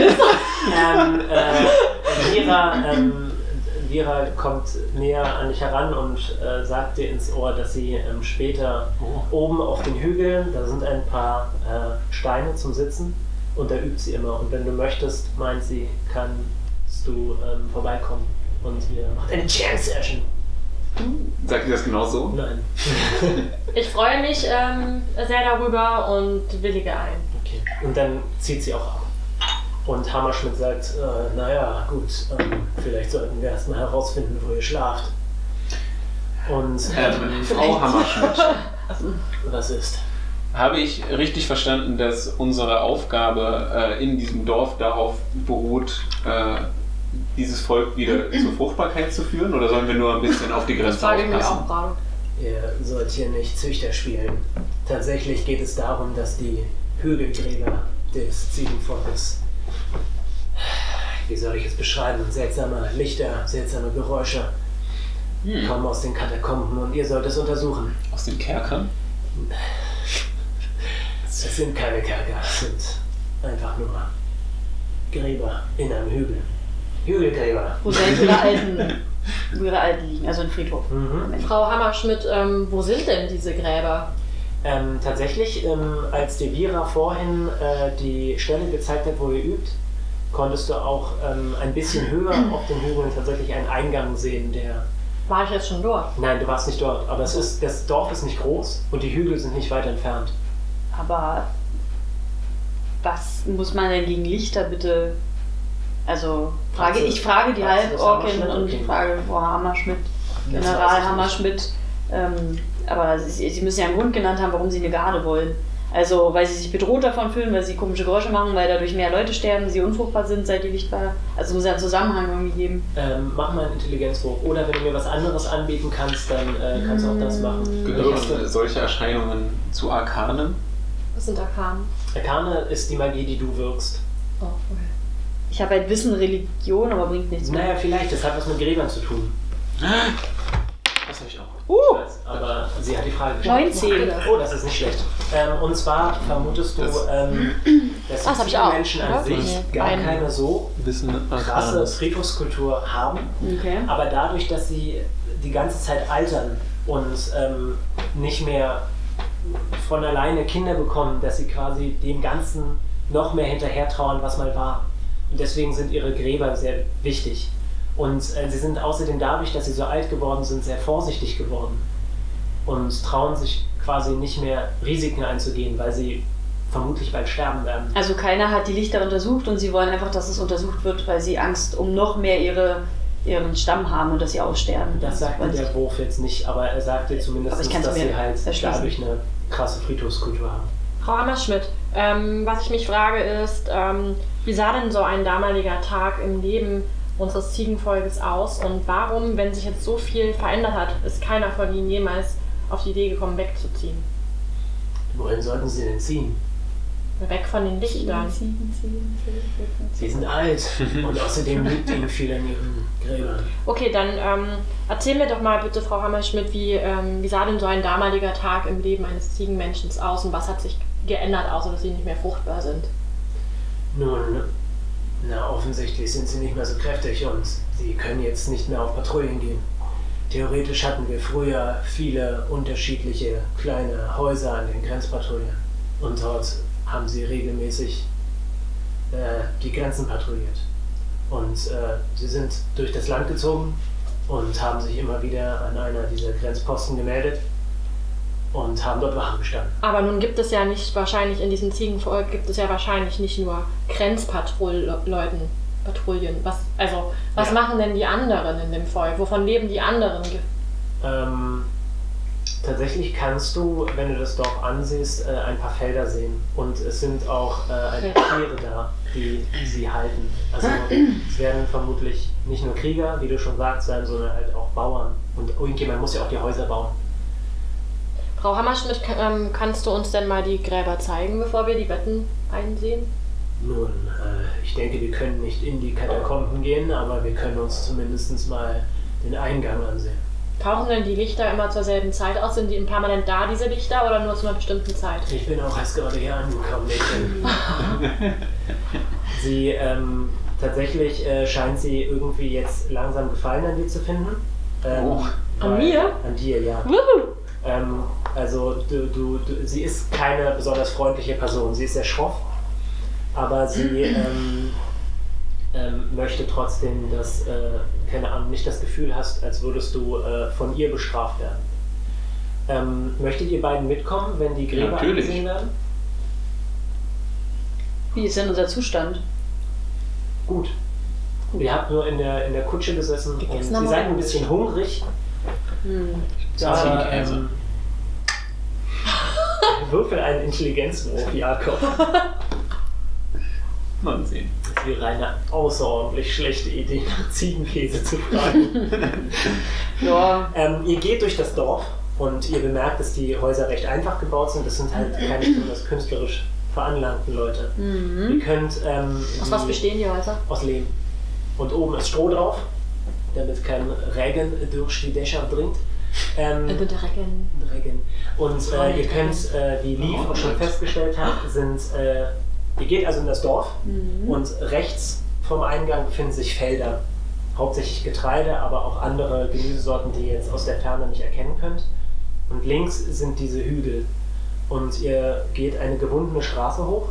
ist. Vera kommt näher an dich heran und sagt dir ins Ohr, dass sie später oben auf den Hügeln, da sind ein paar Steine zum Sitzen und da übt sie immer. Und wenn du möchtest, meint sie, kannst du vorbeikommen und ihr macht eine Jam-Session. Sagt ihr das genau so? Nein. Ich freue mich sehr darüber und willige ein. Okay. Und dann zieht sie auch ab. Und Hammerschmidt sagt, naja, gut, vielleicht sollten wir erstmal herausfinden, wo ihr schlaft. Und Frau Hammerschmidt, was ist? habe ich richtig verstanden, dass unsere Aufgabe in diesem Dorf darauf beruht, dieses Volk wieder zur Fruchtbarkeit zu führen? Oder sollen wir nur ein bisschen auf die Das Grenze frage ich mich aufpassen? auch gerade. Ihr sollt hier nicht Züchter spielen. Tatsächlich geht es darum, dass die Hügelgräber des Ziegenvolkes, wie soll ich es beschreiben, seltsame Lichter, seltsame Geräusche kommen aus den Katakomben und ihr sollt es untersuchen. Aus den Kerkern? Es sind keine Kerker, es sind einfach nur Gräber in einem Hügel. Hügelgräber. Wo ihre Alten liegen, also ein Friedhof. Frau Hammerschmidt, wo sind denn diese Gräber? Tatsächlich, als dir Vera vorhin die Stelle gezeigt hat, wo ihr übt, konntest du auch ein bisschen höher auf den Hügeln tatsächlich einen Eingang sehen, der... War ich jetzt schon dort? Nein, du warst nicht dort, aber das Dorf ist nicht groß und die Hügel sind nicht weit entfernt. Aber was muss man denn gegen Lichter bitte... Also, ich frage die Halborkin und frage Frau Hammerschmidt, General Hammerschmidt, aber sie müssen ja einen Grund genannt haben, warum sie eine Garde wollen. Also, weil sie sich bedroht davon fühlen, weil sie komische Geräusche machen, weil dadurch mehr Leute sterben, sie unfruchtbar sind, seit die Licht war. Also muss ja einen Zusammenhang irgendwie geben. Mach mal einen Intelligenzwurf. Oder wenn du mir was anderes anbieten kannst, dann kannst du auch das machen. Gehören solche Erscheinungen zu Arkanen? Was sind Arkanen? Arkane ist die Magie, die du wirkst. Oh, okay. Ich habe halt Wissen, Religion, aber bringt nichts mehr. Naja, vielleicht. Das hat was mit Gräbern zu tun. Das habe ich auch. Ich weiß, aber sie hat die Frage gestellt. 19. Oh, das ist nicht schlecht. Und zwar vermutest du, dass hab die ich auch, Menschen an oder? sich gar keine so krasse Friedhofskultur haben. Okay. Aber dadurch, dass sie die ganze Zeit altern und nicht mehr von alleine Kinder bekommen, dass sie quasi dem Ganzen noch mehr hinterher trauern, was mal war. Und deswegen sind ihre Gräber sehr wichtig. Und sie sind außerdem dadurch, dass sie so alt geworden sind, sehr vorsichtig geworden. Und trauen sich quasi nicht mehr Risiken einzugehen, weil sie vermutlich bald sterben werden. Also keiner hat die Lichter untersucht und sie wollen einfach, dass es untersucht wird, weil sie Angst um noch mehr ihren Stamm haben und dass sie aussterben. Das sagte der Wurf jetzt nicht, aber er sagte zumindest, dass sie halt dadurch eine krasse Friedhofskultur haben. Frau Hammerschmidt, was ich mich frage ist, wie sah denn so ein damaliger Tag im Leben unseres Ziegenvolkes aus und warum, wenn sich jetzt so viel verändert hat, ist keiner von ihnen jemals auf die Idee gekommen, wegzuziehen? Wohin sollten sie denn ziehen? Weg von den Lichtern. Sie sind alt und außerdem liegt ihnen viel an ihren Gräbern. Okay, dann erzähl mir doch mal bitte, Frau Hammerschmidt, wie sah denn so ein damaliger Tag im Leben eines Ziegenmenschens aus und was hat sich geändert, außer dass sie nicht mehr fruchtbar sind? Nun, offensichtlich sind sie nicht mehr so kräftig und sie können jetzt nicht mehr auf Patrouillen gehen. Theoretisch hatten wir früher viele unterschiedliche kleine Häuser an den Grenzpatrouillen und dort haben sie regelmäßig die Grenzen patrouilliert. Und sie sind durch das Land gezogen und haben sich immer wieder an einer dieser Grenzposten gemeldet und haben dort Wachen gestanden. Aber nun gibt es ja nicht wahrscheinlich in diesem Ziegenvolk nicht nur Grenzpatrouillen. Was machen denn die anderen in dem Volk? Wovon leben die anderen? Tatsächlich kannst du, wenn du das Dorf ansiehst, ein paar Felder sehen. Und es sind auch ein paar Tiere da, die sie halten. Also es werden vermutlich nicht nur Krieger, wie du schon sagst, sein, sondern halt auch Bauern. Und irgendjemand muss ja auch die Häuser bauen. Frau Hammerschmidt, kannst du uns denn mal die Gräber zeigen, bevor wir die Betten einsehen? Nun, ich denke, wir können nicht in die Katakomben gehen, aber wir können uns zumindest mal den Eingang ansehen. Tauchen denn die Lichter immer zur selben Zeit aus? Sind die permanent da, diese Lichter, oder nur zu einer bestimmten Zeit? Ich bin auch erst gerade hier angekommen, Mädchen. Sie, tatsächlich scheint sie irgendwie jetzt langsam Gefallen an dir zu finden. An mir? An dir, ja. Wuhu! Also sie ist keine besonders freundliche Person. Sie ist sehr schroff, aber sie möchte trotzdem, dass, keine Ahnung, nicht das Gefühl hast, als würdest du von ihr bestraft werden. Möchtet ihr beiden mitkommen, wenn die Gräber angesehen werden? Wie ist denn unser Zustand? Gut. Ihr habt nur in der Kutsche gesessen und ihr seid ein bisschen hungrig. Aber, würfel einen Intelligenzwurf, Jakob. Mal sehen. Das wäre eine außerordentlich schlechte Idee, nach Ziegenkäse zu fragen. Ja. Ihr geht durch das Dorf und ihr bemerkt, dass die Häuser recht einfach gebaut sind. Das sind halt keine besonders künstlerisch veranlagten Leute. Ihr könnt... Aus was bestehen die Häuser? Aus Lehm. Und oben ist Stroh drauf, damit kein Regen durch die Dächer dringt. Regen. Und ihr könnt, wie Liv auch schon festgestellt hat, ihr geht also in das Dorf und rechts vom Eingang befinden sich Felder. Hauptsächlich Getreide, aber auch andere Gemüsesorten, die ihr jetzt aus der Ferne nicht erkennen könnt. Und links sind diese Hügel. Und ihr geht eine gewundene Straße hoch.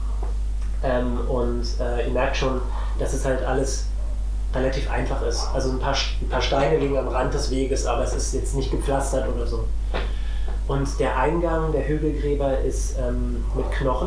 Ihr merkt schon, dass es halt alles relativ einfach ist. Also ein paar Steine liegen am Rand des Weges, aber es ist jetzt nicht gepflastert oder so. Und der Eingang der Hügelgräber ist mit Knochen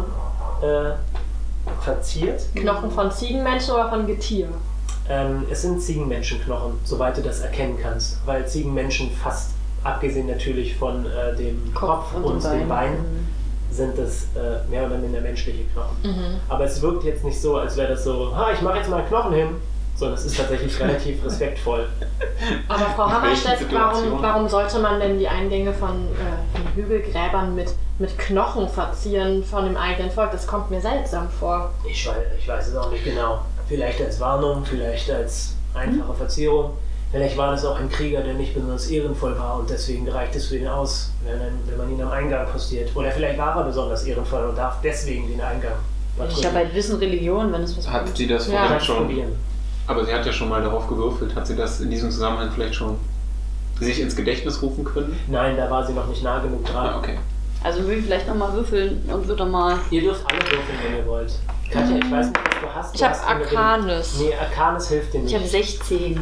verziert. Knochen von Ziegenmenschen oder von Getier? Es sind Ziegenmenschenknochen, soweit du das erkennen kannst. Weil Ziegenmenschen fast, abgesehen natürlich von dem Kopf und den Beinen, sind das mehr oder minder menschliche Knochen. Aber es wirkt jetzt nicht so, als wäre das so, ich mache jetzt mal einen Knochen hin, sondern es ist tatsächlich relativ respektvoll. Aber Frau Hammerstedt, warum sollte man denn die Eingänge von Hügelgräbern mit Knochen verzieren von dem eigenen Volk? Das kommt mir seltsam vor. Ich weiß es auch nicht genau. Vielleicht als Warnung, vielleicht als einfache Verzierung. Vielleicht war das auch ein Krieger, der nicht besonders ehrenvoll war und deswegen reicht es für ihn aus, wenn man ihn am Eingang postiert. Oder vielleicht war er besonders ehrenvoll und darf deswegen den Eingang Ich habe halt Wissen Religion, wenn es was Hat sie das vorhin schon? Aber sie hat ja schon mal darauf gewürfelt. Hat sie das in diesem Zusammenhang vielleicht schon sich ins Gedächtnis rufen können? Nein, da war sie noch nicht nah genug dran. Okay. Also will ich vielleicht nochmal würfeln und würde mal... Ihr dürft alle würfeln, wenn ihr wollt. Katja, ich weiß nicht, was du hast. Ich habe Arcanis. Nee, Arcanis hilft dir nicht. Ich habe 16.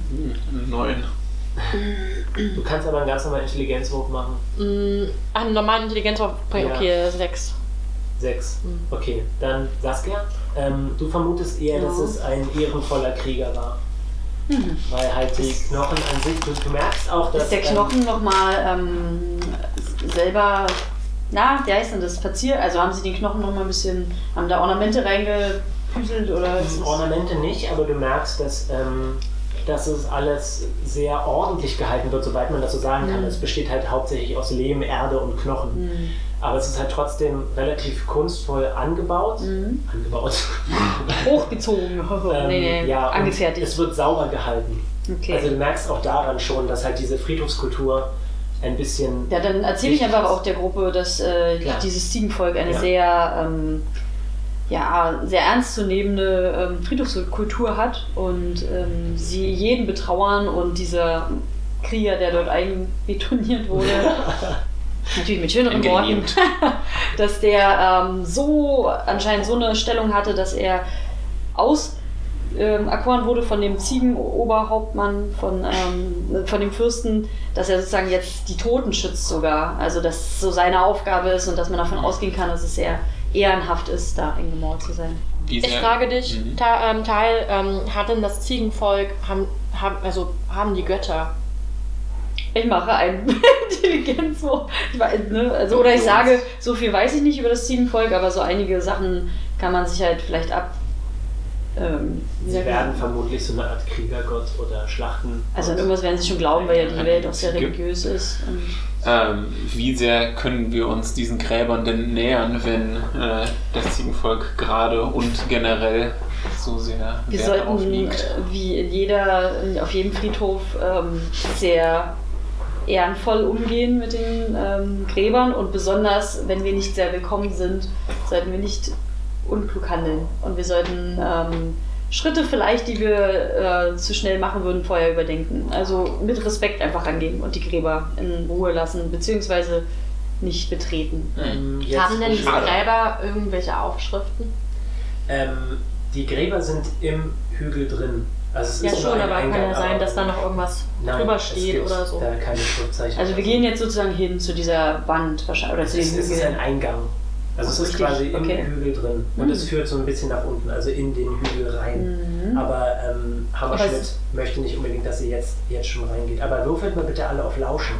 9. Du kannst aber einen ganz normalen Intelligenzwurf machen. Einen normalen Intelligenzwurf, okay, 6. 6. Okay, dann Saskia, du vermutest eher, dass es ein ehrenvoller Krieger war. Weil halt die Knochen an sich, du merkst auch, dass... Ist der Knochen nochmal selber, wie heißt denn das, verziert? Also haben sie den Knochen nochmal ein bisschen, haben da Ornamente reingepüselt oder? Ornamente nicht, aber du merkst, dass es alles sehr ordentlich gehalten wird, soweit man das so sagen kann. Es besteht halt hauptsächlich aus Lehm, Erde und Knochen. Aber es ist halt trotzdem relativ kunstvoll angebaut. Hochgezogen. Ja, angefertigt. Es wird sauber gehalten. Okay. Also du merkst auch daran schon, dass halt diese Friedhofskultur ein bisschen... Ja, dann erzähle ich einfach auch der Gruppe, dass dieses Ziegenvolk eine sehr ernstzunehmende Friedhofskultur hat und sie jeden betrauern und dieser Krieger, der dort einbetoniert wurde, natürlich mit schöneren Worten, dass der anscheinend so eine Stellung hatte, dass er auserkoren wurde von dem Ziegenoberhauptmann, von dem Fürsten, dass er sozusagen jetzt die Toten schützt sogar. Also dass so seine Aufgabe ist und dass man davon ausgehen kann, dass es sehr ehrenhaft ist, da eingemauert zu sein. Ich frage dich, hat denn das Ziegenvolk, haben die Götter Ich mache einen Intelligenz. Also, oder ich sage, so viel weiß ich nicht über das Ziegenvolk, aber so einige Sachen kann man sich halt vielleicht Sie werden vermutlich so eine Art Kriegergott oder Schlachten. Also an irgendwas werden sie schon glauben, weil ja die Welt auch sehr religiös ist. Wie sehr können wir uns diesen Gräbern denn nähern, wenn das Ziegenvolk gerade und generell so sehr wir Wert sollten, darauf liegt? wie auf jedem Friedhof, sehr ehrenvoll umgehen mit den Gräbern und besonders, wenn wir nicht sehr willkommen sind, sollten wir nicht unklug handeln. Und wir sollten Schritte vielleicht, die wir zu schnell machen würden, vorher überdenken. Also mit Respekt einfach rangehen und die Gräber in Ruhe lassen, beziehungsweise nicht betreten. Haben denn diese Gräber irgendwelche Aufschriften? Die Gräber sind im Hügel drin. Also es ist schon, nur ein aber Eingang, kann ja sein, dass da noch irgendwas drüber steht oder so. Da keine Schriftzeichen. Also wir gehen jetzt sozusagen hin zu dieser Wand wahrscheinlich. Oder zu dem Hügel. Es ist ein Eingang. Also es ist quasi im Hügel drin. Und es führt so ein bisschen nach unten, also in den Hügel rein. Aber Hammerschmidt möchte nicht unbedingt, dass sie jetzt schon reingeht. Aber würfelt mal bitte alle auf Lauschen.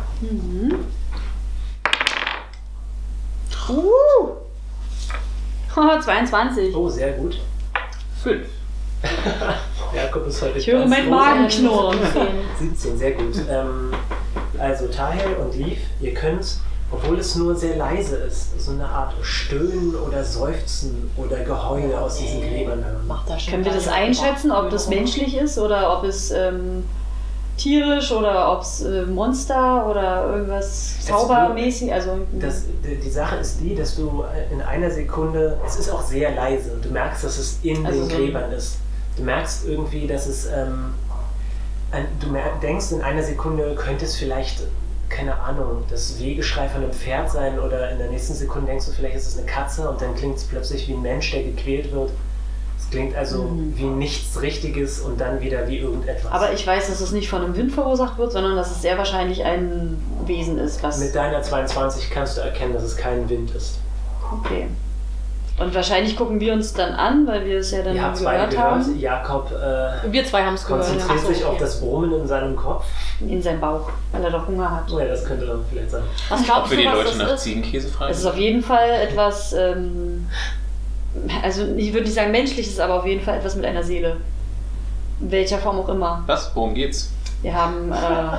22. Oh, sehr gut. 5. Jakob ist heute Ich höre meinen Magen knurren. 17, sehr gut. Also Tahel und Liv, ihr könnt, obwohl es nur sehr leise ist, so eine Art Stöhnen oder Seufzen oder Geheul aus diesen Gräbern hören. Können wir das einschätzen, ob das menschlich ist oder ob es tierisch oder ob es Monster oder irgendwas zaubermäßig? Die Sache ist die, dass du in einer Sekunde, es ist auch sehr leise, du merkst, dass es in den Gräbern ist. Du merkst irgendwie, dass es, denkst in einer Sekunde könnte es vielleicht, keine Ahnung, das Wehgeschrei von einem Pferd sein oder in der nächsten Sekunde denkst du, vielleicht ist es eine Katze und dann klingt es plötzlich wie ein Mensch, der gequält wird. Es klingt also wie nichts Richtiges und dann wieder wie irgendetwas. Aber ich weiß, dass es nicht von einem Wind verursacht wird, sondern dass es sehr wahrscheinlich ein Wesen ist, was... Mit deiner 22 kannst du erkennen, dass es kein Wind ist. Okay. Und wahrscheinlich gucken wir uns dann an, weil wir es ja dann gehört haben. Jakob wir zwei haben es gehört. Konzentriert sich auf das Brummen in seinem Kopf. In seinem Bauch, weil er doch Hunger hat. Oh ja, das könnte dann vielleicht sein. Was glaubst Ob wir du, die was Leute das nach ist? Ziegenkäse fragen? Es ist auf jeden Fall etwas, also ich würde nicht sagen menschliches, aber auf jeden Fall etwas mit einer Seele. In welcher Form auch immer. Was? Worum geht's? Wir haben...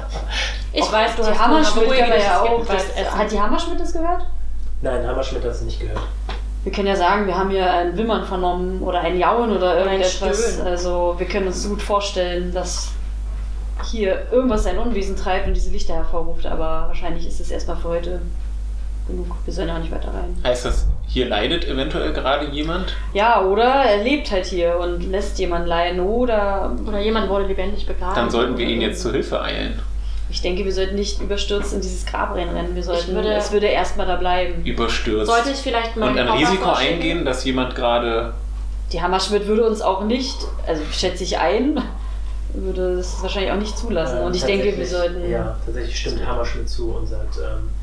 ich weiß, du die hast Hammerschmidt ruhige aber ja auch. Essen. Hat die Hammerschmidt das gehört? Nein, Hammerschmidt hat es nicht gehört. Wir können ja sagen, wir haben hier ein Wimmern vernommen oder ein Jauen oder irgendetwas. Stöhnen. Also wir können uns gut vorstellen, dass hier irgendwas sein Unwesen treibt und diese Lichter hervorruft. Aber wahrscheinlich ist es erstmal für heute genug. Wir sollen ja auch nicht weiter rein. Heißt das, hier leidet eventuell gerade jemand? Ja, oder er lebt halt hier und lässt jemanden leiden oder jemand wurde lebendig begraben. Dann sollten wir ihn jetzt zur Hilfe eilen. Ich denke, wir sollten nicht überstürzt in dieses Grab reinrennen. Es würde erstmal da bleiben. Überstürzt. Sollte ich vielleicht mal und ein Papa Risiko vorschicken? eingehen, dass jemand gerade... Die Hammerschmidt würde uns auch nicht, also schätze ich ein, würde es wahrscheinlich auch nicht zulassen. Und ich denke, wir sollten... Ja, tatsächlich stimmt Hammerschmidt zu und sagt,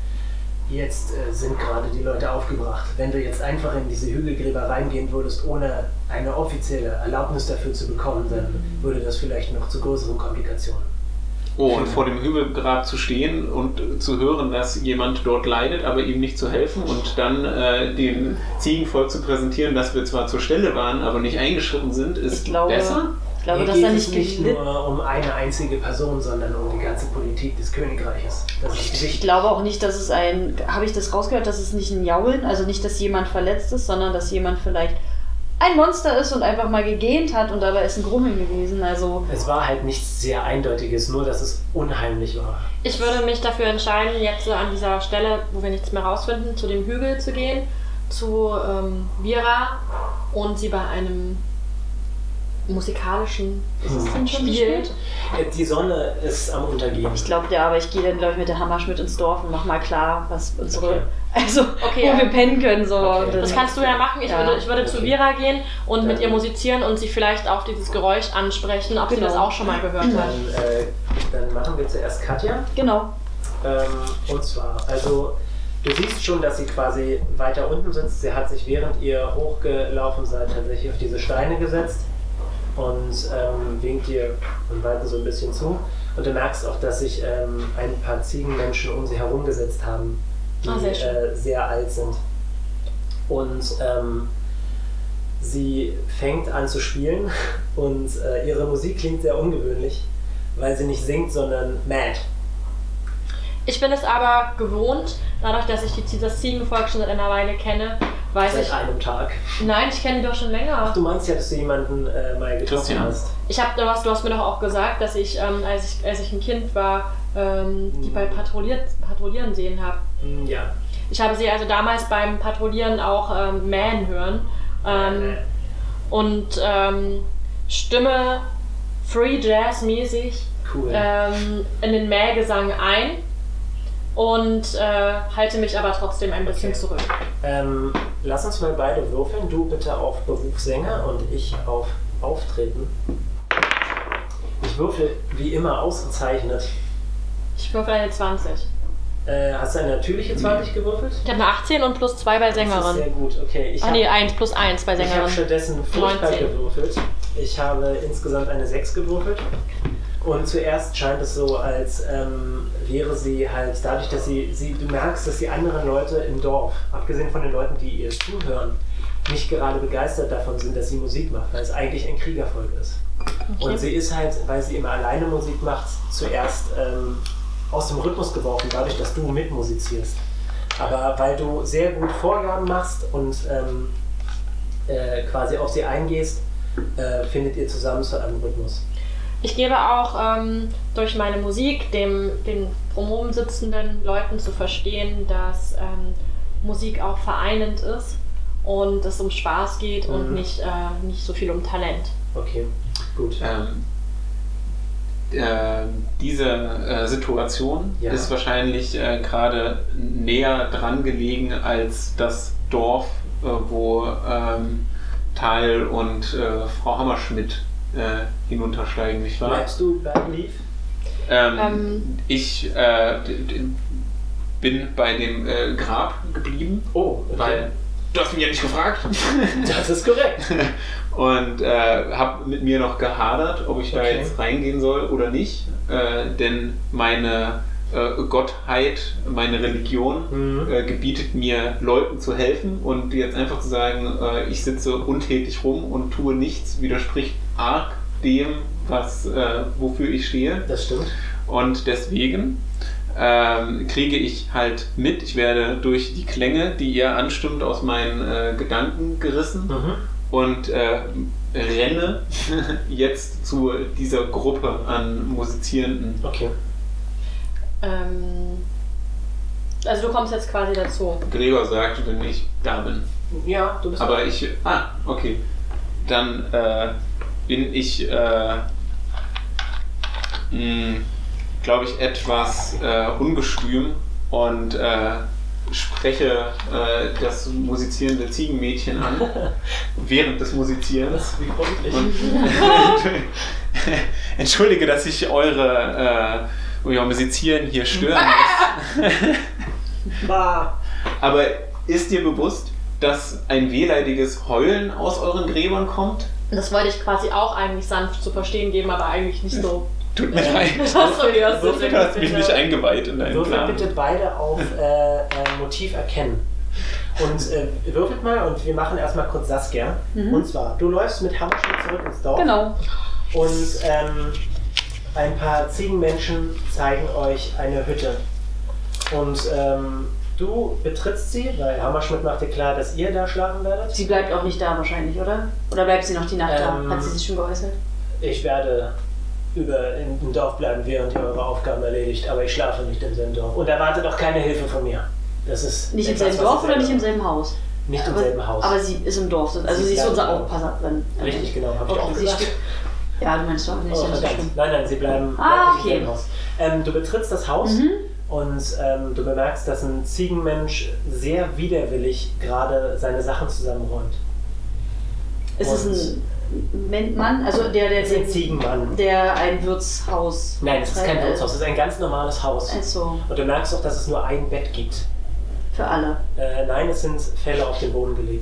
jetzt sind gerade die Leute aufgebracht. Wenn du jetzt einfach in diese Hügelgräber reingehen würdest, ohne eine offizielle Erlaubnis dafür zu bekommen, dann würde das vielleicht noch zu größeren Komplikationen. Oh, und vor dem Hügelgrab zu stehen und zu hören, dass jemand dort leidet, aber ihm nicht zu helfen und dann dem Ziegenvolk zu präsentieren, dass wir zwar zur Stelle waren, aber nicht eingeschritten sind, ist besser? Ich glaube, dass Hier da geht es nicht nur um eine einzige Person, sondern um die ganze Politik des Königreiches. Das ist Ich wichtig. glaube auch nicht, dass es habe ich das rausgehört, dass es nicht ein Jaulen, also nicht, dass jemand verletzt ist, sondern dass jemand vielleicht ein Monster ist und einfach mal gegähnt hat und dabei ist ein Grummeln gewesen. Also Es war halt nichts sehr Eindeutiges, nur dass es unheimlich war. Ich würde mich dafür entscheiden, jetzt an dieser Stelle, wo wir nichts mehr rausfinden, zu dem Hügel zu gehen, zu Vira und sie bei einem musikalischen Spiel. Die Sonne ist am Untergehen. ich glaube aber ich gehe dann glaube ich mit der Hammerschmidt ins Dorf und mach mal klar, was unsere, Okay. also Okay, wo wir pennen können. So. Okay. Und dann- Das kannst du ja machen. Ich würde zu Vira gehen und mit ihr musizieren und sie vielleicht auf dieses Geräusch ansprechen, ob sie Genau. das auch schon mal gehört hat. Dann machen wir zuerst Katja. Genau. Und zwar, also du siehst schon, dass sie quasi weiter unten sitzt. Sie hat sich, während ihr hochgelaufen seid, tatsächlich auf diese Steine gesetzt und winkt dir von Weitem so ein bisschen zu. Und du merkst auch, dass sich ein paar Ziegenmenschen um sie herumgesetzt haben, die sehr alt sind. Und sie fängt an zu spielen und ihre Musik klingt sehr ungewöhnlich, weil sie nicht singt, sondern mad. Ich bin es aber gewohnt, dadurch, dass ich das Ziegenvolk schon seit einer Weile kenne, weiß ich... Seit einem Tag. Nein, ich kenne die doch schon länger. Ach, du meinst ja, dass du jemanden mal getroffen hast. Du hast mir doch auch gesagt, dass ich, als ich ein Kind war, die bei Patrouillieren sehen habe. Ja. Ich habe sie also damals beim Patrouillieren auch mähen hören. Und stimme Free Jazz mäßig in den Mähgesang ein und halte mich aber trotzdem ein bisschen zurück. Lass uns mal beide würfeln. Du bitte auf Beruf Sänger und ich auf Auftreten. Ich würfel wie immer ausgezeichnet. Ich würfel eine 20. Hast du eine natürliche 20 gewürfelt? Ich habe eine 18 und plus 2 bei Sängerin. Das ist sehr gut, okay. 1 plus 1 bei Sängerin. Ich habe stattdessen furchtbar gewürfelt. Ich habe insgesamt eine 6 gewürfelt. Und zuerst scheint es so, als wäre sie halt, dadurch, dass du merkst, dass die anderen Leute im Dorf, abgesehen von den Leuten, die ihr zuhören, nicht gerade begeistert davon sind, dass sie Musik macht, weil es eigentlich ein Kriegervolk ist. Okay. Und sie ist halt, weil sie immer alleine Musik macht, zuerst aus dem Rhythmus geworfen, dadurch, dass du mitmusizierst. Aber weil du sehr gut Vorgaben machst und quasi auf sie eingehst, findet ihr zusammen zu einem Rhythmus. Ich gebe auch durch meine Musik den drumherum sitzenden Leuten zu verstehen, dass Musik auch vereinend ist und es um Spaß geht und nicht so viel um Talent. Okay, gut. Diese Situation ist wahrscheinlich gerade näher dran gelegen als das Dorf, wo Tal und Frau Hammerschmidt hinuntersteigen, nicht wahr? Bleibst du bei Leaf? Ich bin bei dem Grab geblieben. Oh, okay. Weil du hast mich ja nicht gefragt. Das ist korrekt. Und habe mit mir noch gehadert, ob ich da jetzt reingehen soll oder nicht. Denn meine Gottheit, meine Religion gebietet mir, Leuten zu helfen. Und jetzt einfach zu sagen, ich sitze untätig rum und tue nichts, widerspricht arg dem, wofür ich stehe. Das stimmt. Und deswegen kriege ich halt mit, ich werde durch die Klänge, die ihr anstimmt, aus meinen Gedanken gerissen und renne jetzt zu dieser Gruppe an Musizierenden. Okay. Also du kommst jetzt quasi dazu. Gregor sagt, wenn ich da bin. Ja, du bist aber da. Okay. Dann bin ich, glaube ich, etwas ungestüm und spreche das musizierende Ziegenmädchen an während des Musizierens. Wie freundlich. Entschuldige, dass ich euer Musizieren hier stören muss. Aber ist dir bewusst, dass ein wehleidiges Heulen aus euren Gräbern kommt? Das wollte ich quasi auch eigentlich sanft zu verstehen geben, aber eigentlich nicht so. Tut mir leid. Du hast mich nicht eingeweiht in deinen Plan. Würfelt bitte beide auf Motiv erkennen. Und würfelt mal und wir machen erstmal kurz Saskia. Und zwar, du läufst mit Hammerschmidt zurück ins Dorf. Genau. Und ein paar Ziegenmenschen zeigen euch eine Hütte. Und du betrittst sie, weil Hammerschmidt macht dir klar, dass ihr da schlafen werdet. Sie bleibt auch nicht da wahrscheinlich, oder? Oder bleibt sie noch die Nacht da? Hat sie sich schon geäußert? Ich werde im Dorf bleiben, während ihr eure Aufgaben erledigt, aber ich schlafe nicht im selben Dorf. Und erwartet auch keine Hilfe von mir. Das ist nicht im selben Dorf oder nicht im selben Haus? Nicht im selben Haus. Aber sie ist im Dorf, also sie ist unser Aufpasserin. Richtig, genau, habe ich auch gesagt. Ja, du meinst doch nicht. Oh, nein, sie bleiben okay. im Haus. Du betrittst das Haus und du bemerkst, dass ein Ziegenmensch sehr widerwillig gerade seine Sachen zusammenräumt. Ist es ein Mann? Also der ist ein Ziegenmann. Der ein Wirtshaus. Nein, es ist kein Wirtshaus, es ist ein ganz normales Haus. Also. Und du merkst auch, dass es nur ein Bett gibt. Für alle? Nein, es sind Felle auf den Boden gelegt.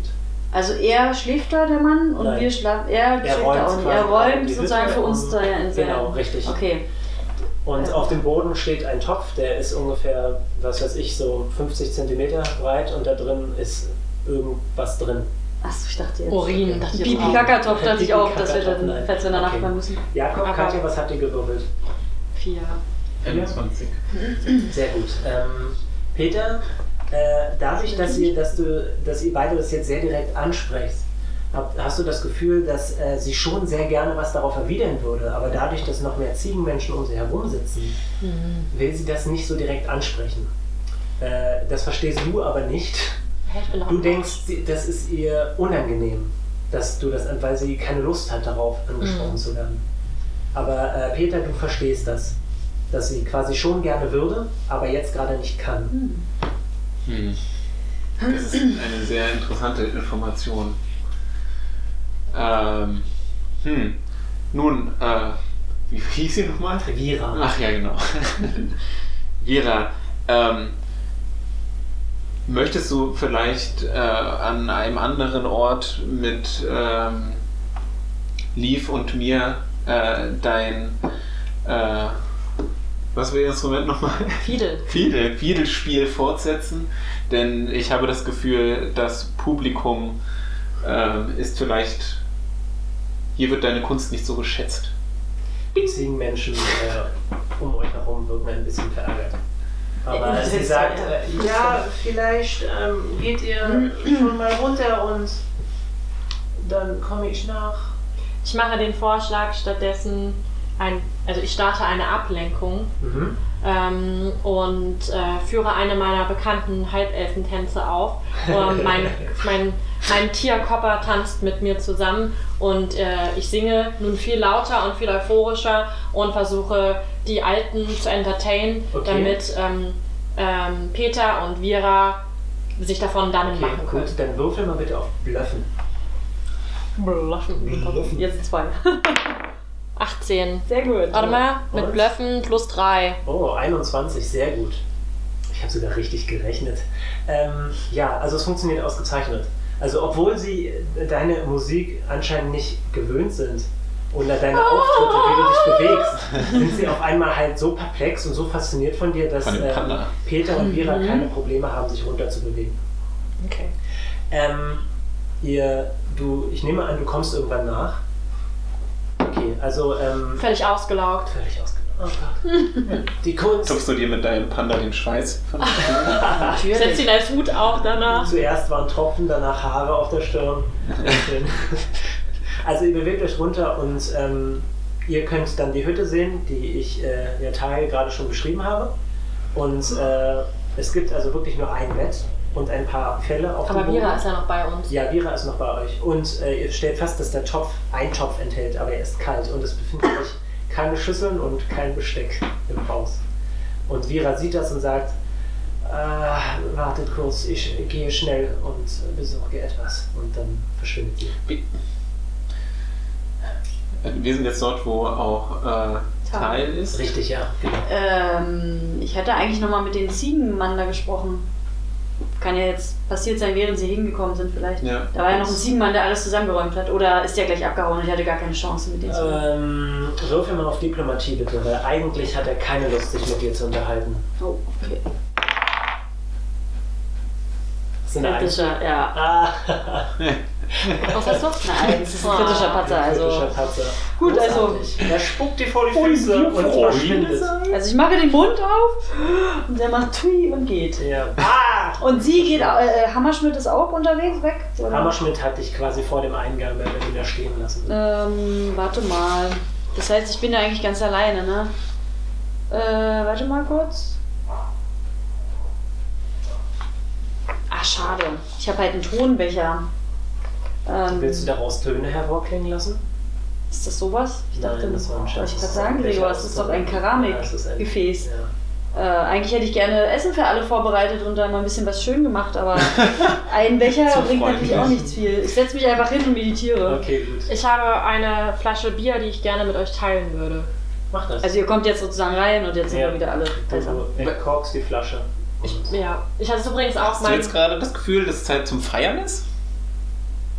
Also er schläft da, der Mann, und Nein. wir schlafen. Er schläft da auch nicht. Er räumt sozusagen für uns da in sein. Genau, richtig. Okay. Und auf dem Boden steht ein Topf, der ist ungefähr, was weiß ich, so 50 cm breit und da drin ist irgendwas drin. Achso, ich dachte jetzt. Urin, dachte ich jetzt auch. Pipi-Kaka-Topf dachte ich auch, dass wir Pipi-Kaka-Topf, dann, nein. falls wir danach Okay. mal müssen. Jakob, Aber- Katja, was habt ihr gewürfelt? 4. 21. Sehr gut. Peter, dadurch, dass ihr beide das jetzt sehr direkt ansprecht, hast du das Gefühl, dass sie schon sehr gerne was darauf erwidern würde, aber dadurch, dass noch mehr Ziegenmenschen um sie herum sitzen, will sie das nicht so direkt ansprechen. Das verstehst du aber nicht. Ich bin doch Du denkst, das ist ihr unangenehm, dass du das, weil sie keine Lust hat darauf, angesprochen zu werden. Aber Peter, du verstehst das, dass sie quasi schon gerne würde, aber jetzt gerade nicht kann. Das ist eine sehr interessante Information. Nun, wie hieß sie nochmal? Vira. Ach ja, genau. Vira, möchtest du vielleicht an einem anderen Ort mit Liv und mir dein was war Ihr Instrument nochmal? Fiedelspiel fortsetzen, denn ich habe das Gefühl, das Publikum ist vielleicht, hier wird deine Kunst nicht so geschätzt. Die Ziegenmenschen um euch herum wirken ein bisschen verärgert. Aber sie sagt, ja, vielleicht geht ihr schon mal runter und dann komme ich nach. Ich mache den Vorschlag, stattdessen ich starte eine Ablenkung und führe eine meiner bekannten Halbelfentänze auf. Mein Tierkopper tanzt mit mir zusammen und ich singe nun viel lauter und viel euphorischer und versuche die Alten zu entertainen, damit Peter und Vira sich davon dann machen können. Gut, dann würfel mal bitte auf Bluffen. Bluffen. Jetzt 2. 18. Sehr gut. Warte mal, mit Und? Bluffen plus 3. Oh, 21, sehr gut. Ich habe sogar richtig gerechnet. Ja, also es funktioniert ausgezeichnet. Also obwohl sie deine Musik anscheinend nicht gewöhnt sind oder deine Auftritte, wie du dich bewegst, sind sie auf einmal halt so perplex und so fasziniert von dir, dass Von dem Panda. Peter und Vira keine Probleme haben, sich runter zu bewegen. Okay. Ich nehme an, du kommst irgendwann nach. Okay, also Völlig ausgelaugt. völlig ausgedacht. Oh Gott. Die Kunst. Tupfst du dir mit deinem Panda den Schweiß von der Stirn? Setzt ihn als Hut auf danach. Zuerst waren Tropfen, danach Haare auf der Stirn. Also ihr bewegt euch runter und ihr könnt dann die Hütte sehen, die ich der Tage gerade schon beschrieben habe. Und es gibt also wirklich nur ein Bett und ein paar Felle auf dem Aber Boden. Vira ist ja noch bei uns. Ja, Vira ist noch bei euch. Und ihr stellt fest, dass der Topf einen Topf enthält, aber er ist kalt und es befinden sich keine Schüsseln und kein Besteck im Haus. Und Vira sieht das und sagt, wartet kurz, ich gehe schnell und besorge etwas. Und dann verschwindet sie. Wir sind jetzt dort, wo auch Teil ist. Richtig, ja. Genau. Ich hätte eigentlich nochmal mit dem Ziegenmann da gesprochen. Kann ja jetzt passiert sein, während sie hingekommen sind vielleicht. Ja. Da war ja noch ein Ziegenmann, der alles zusammengeräumt hat. Oder ist der gleich abgehauen und ich hatte gar keine Chance mit dem zu reden? Würfel mal auf Diplomatie bitte, weil eigentlich hat er keine Lust, sich mit dir zu unterhalten. Oh, okay. Das ist eine Eins. Kritischer, ja. Ah, Was hast du? Nein, das ist ein kritischer Patzer. Also, kritischer Patzer. gut, also, Großartig. Er spuckt dir vor die Füße und verschwindet. also ich mache den Mund auf und der macht Tui und geht. Ja. Ah! Und sie geht, Hammerschmidt ist auch unterwegs weg? Oder? Hammerschmidt hat dich quasi vor dem Eingang mehr oder weniger stehen lassen. Warte mal. Das heißt, ich bin ja eigentlich ganz alleine, ne? Warte mal kurz. Ah, schade. Ich habe halt einen Tonbecher. Willst du daraus Töne hervorklingen lassen? Ist das sowas? Ich dachte, Nein, das war ein wollte Scherz. ich gerade sagen, Gregor, das ist doch ein Keramikgefäß. Ja. Eigentlich hätte ich gerne Essen für alle vorbereitet und da mal ein bisschen was schön gemacht, aber ein Becher Zu bringt natürlich auch freundlich. nichts viel. Ich setze mich einfach hin und meditiere. Okay, gut. Ich habe eine Flasche Bier, die ich gerne mit euch teilen würde. Mach das. Also ihr kommt jetzt sozusagen rein und jetzt sind wir wieder alle besser. Du korkst die Flasche. Und Ja, ich hatte übrigens auch Hast du jetzt gerade das Gefühl, dass es Zeit zum Feiern ist?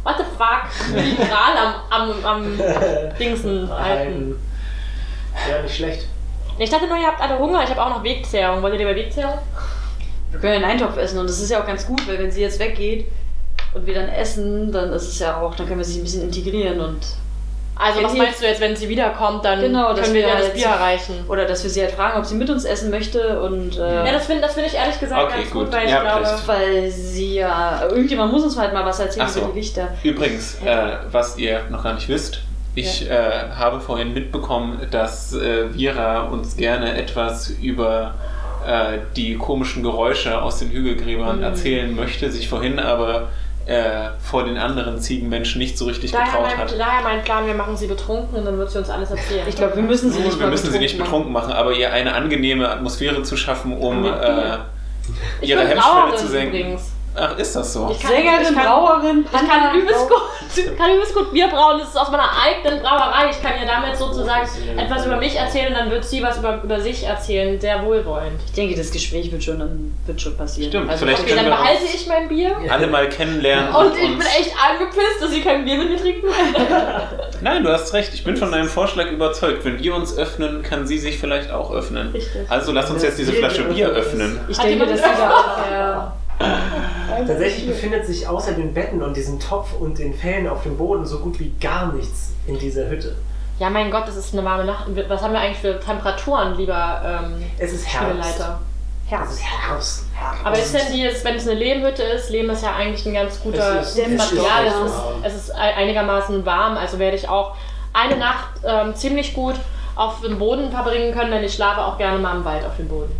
What the fuck? Die Strahl am Dingsen halten. Ja, nicht schlecht. Ich dachte nur, ihr habt alle Hunger. Ich habe auch noch Wegzehrung. Wollt ihr lieber Wegzehrung? Wir können einen Eintopf essen und das ist ja auch ganz gut, weil wenn sie jetzt weggeht und wir dann essen, dann ist es ja auch, dann können wir sie ein bisschen integrieren und... Also was meinst du jetzt, wenn sie wiederkommt, dann können wir ja das Bier erreichen? Oder dass wir sie halt fragen, ob sie mit uns essen möchte und... ja, das find ich ehrlich gesagt ganz gut, weil ich glaube... Weil sie ja... Irgendjemand muss uns halt mal was erzählen über die Lichter. Übrigens, was ihr noch gar nicht wisst, ich habe vorhin mitbekommen, dass Vira uns gerne etwas über die komischen Geräusche aus den Hügelgräbern erzählen möchte, sich vorhin aber vor den anderen Ziegenmenschen nicht so richtig getraut hat. Daher mein Plan, wir machen sie betrunken und dann wird sie uns alles erzählen. Ich glaube, wir müssen sie nicht betrunken machen, aber ihr eine angenehme Atmosphäre zu schaffen, um ihre Hemmschwelle zu senken. Übrigens. Ach, ist das so? Sängerin, Brauerin, ich kann übelst gut Bier brauen, das ist aus meiner eigenen Brauerei. Ich kann ihr damit sozusagen etwas über mich erzählen und dann wird sie was über sich erzählen, sehr wohlwollend. Ich denke, das Gespräch wird schon passieren. Stimmt, also vielleicht dann behalte ich mein Bier. Alle mal kennenlernen. Und ich bin echt angepisst, dass sie kein Bier mit mir trinken will. Nein, du hast recht, ich bin von deinem Vorschlag überzeugt. Wenn wir uns öffnen, kann sie sich vielleicht auch öffnen. Richtig. Also lass uns jetzt diese Flasche Bier öffnen. Ich denke, dass sie da Tatsächlich befindet sich außer den Betten und diesem Topf und den Fellen auf dem Boden so gut wie gar nichts in dieser Hütte. Ja, mein Gott, das ist eine warme Nacht. Was haben wir eigentlich für Temperaturen, lieber Es ist Herbst. Herbst. Aber ist denn wenn es eine Lehmhütte ist, Lehm ist ja eigentlich ein ganz guter Material. Es ist einigermaßen warm, also werde ich auch eine Nacht ziemlich gut auf dem Boden verbringen können, denn ich schlafe auch gerne mal im Wald auf dem Boden.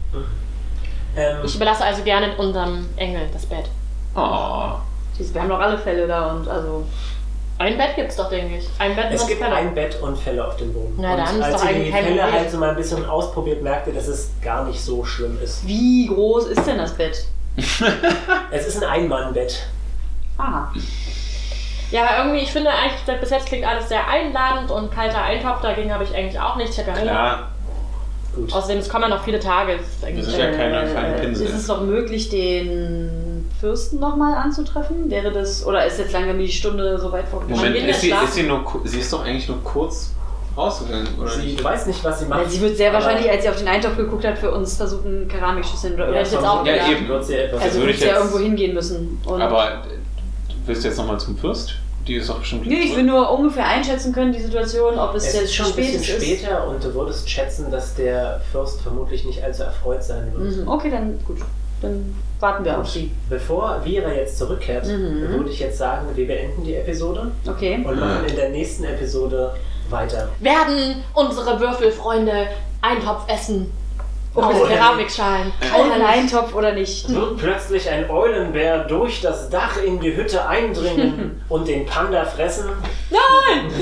Ich überlasse also gerne unserem Engel das Bett. Oh. Wir haben doch alle Fälle da und also... Ein Bett gibt's doch, denke ich. Es gibt ein Bett und Fälle auf dem Boden. Na, dann und ist als doch ihr eigentlich die kein Fälle Problem. halt so mal ein bisschen ausprobiert, merkt ihr, dass es gar nicht so schlimm ist. Wie groß ist denn das Bett? Es ist ein Ein-Mann-Bett. Aha. Ja, aber irgendwie, ich finde eigentlich, bis jetzt klingt alles sehr einladend und kalter Eintopf, dagegen habe ich eigentlich auch nichts. Ich habe ja Hunger. Gut. Außerdem, es kommen ja noch viele Tage. Das ist ja keine Pinsel. Ist es doch möglich, den Fürsten nochmal anzutreffen? Wäre das, oder ist jetzt langsam die Stunde so weit vorgegangen? Moment, sie ist doch eigentlich nur kurz rausgegangen, oder Sie nicht? weiß nicht, was sie macht. Ja, sie wird sehr wahrscheinlich, als sie auf den Eintopf geguckt hat, für uns versuchen, Keramikschüsseln oder irgendwas jetzt auch. Ja, eben. Wird sie etwas Also wird sie ja irgendwo hingehen müssen. Und aber willst du jetzt nochmal zum Fürst? Die ist doch bestimmt... Nee, ich will nur ungefähr einschätzen können, die Situation, ob es jetzt schon spät ein bisschen ist. später und du würdest schätzen, dass der Fürst vermutlich nicht allzu erfreut sein wird. Okay, dann gut. Dann warten wir auf sie. Bevor Vira jetzt zurückkehrt, würde ich jetzt sagen, wir beenden die Episode und machen in der nächsten Episode weiter. Werden unsere Würfelfreunde Eintopf essen? Mit Keramikschalen. Kalten Eintopf oder nicht? Wird plötzlich ein Eulenbär durch das Dach in die Hütte eindringen und den Panda fressen? Nein! Kannst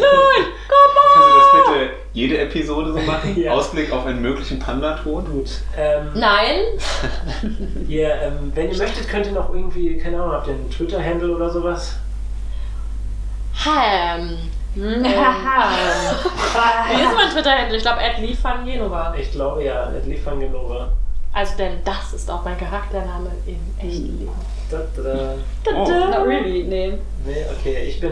du das bitte jede Episode so machen? Ja. Ausblick auf einen möglichen Panda-Tod? Gut. Nein! Wenn ihr möchtet, könnt ihr noch irgendwie, keine Ahnung, habt ihr einen Twitter-Handle oder sowas? Wie ist mein Twitter-Handle? Ich glaube, @leafvangenova. Ich glaube ja, @leafvangenova. Also, denn das ist auch mein Charaktername im echten Leben. Not really, nee. Nee, okay, ich bin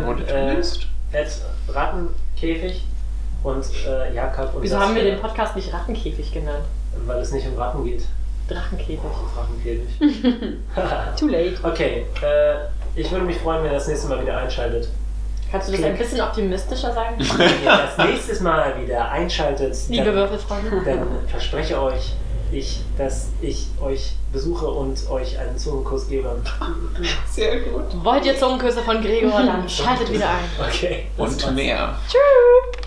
@Rattenkäfig und Jakob. Und wieso haben wir den Podcast nicht Rattenkäfig genannt? Weil es nicht um Ratten geht. Drachenkäfig. Drachenkäfig. Too late. Okay, ich würde mich freuen, wenn ihr das nächste Mal wieder einschaltet. Kannst du das ein bisschen optimistischer sagen? Wenn ihr das nächste Mal wieder einschaltet, liebe Würfelfreunde, dann verspreche euch, dass ich euch besuche und euch einen Zungenkuss gebe. Sehr gut. Wollt ihr Zungenküsse von Gregor, dann schaltet wieder ein. Okay. Und mehr. Tschüss!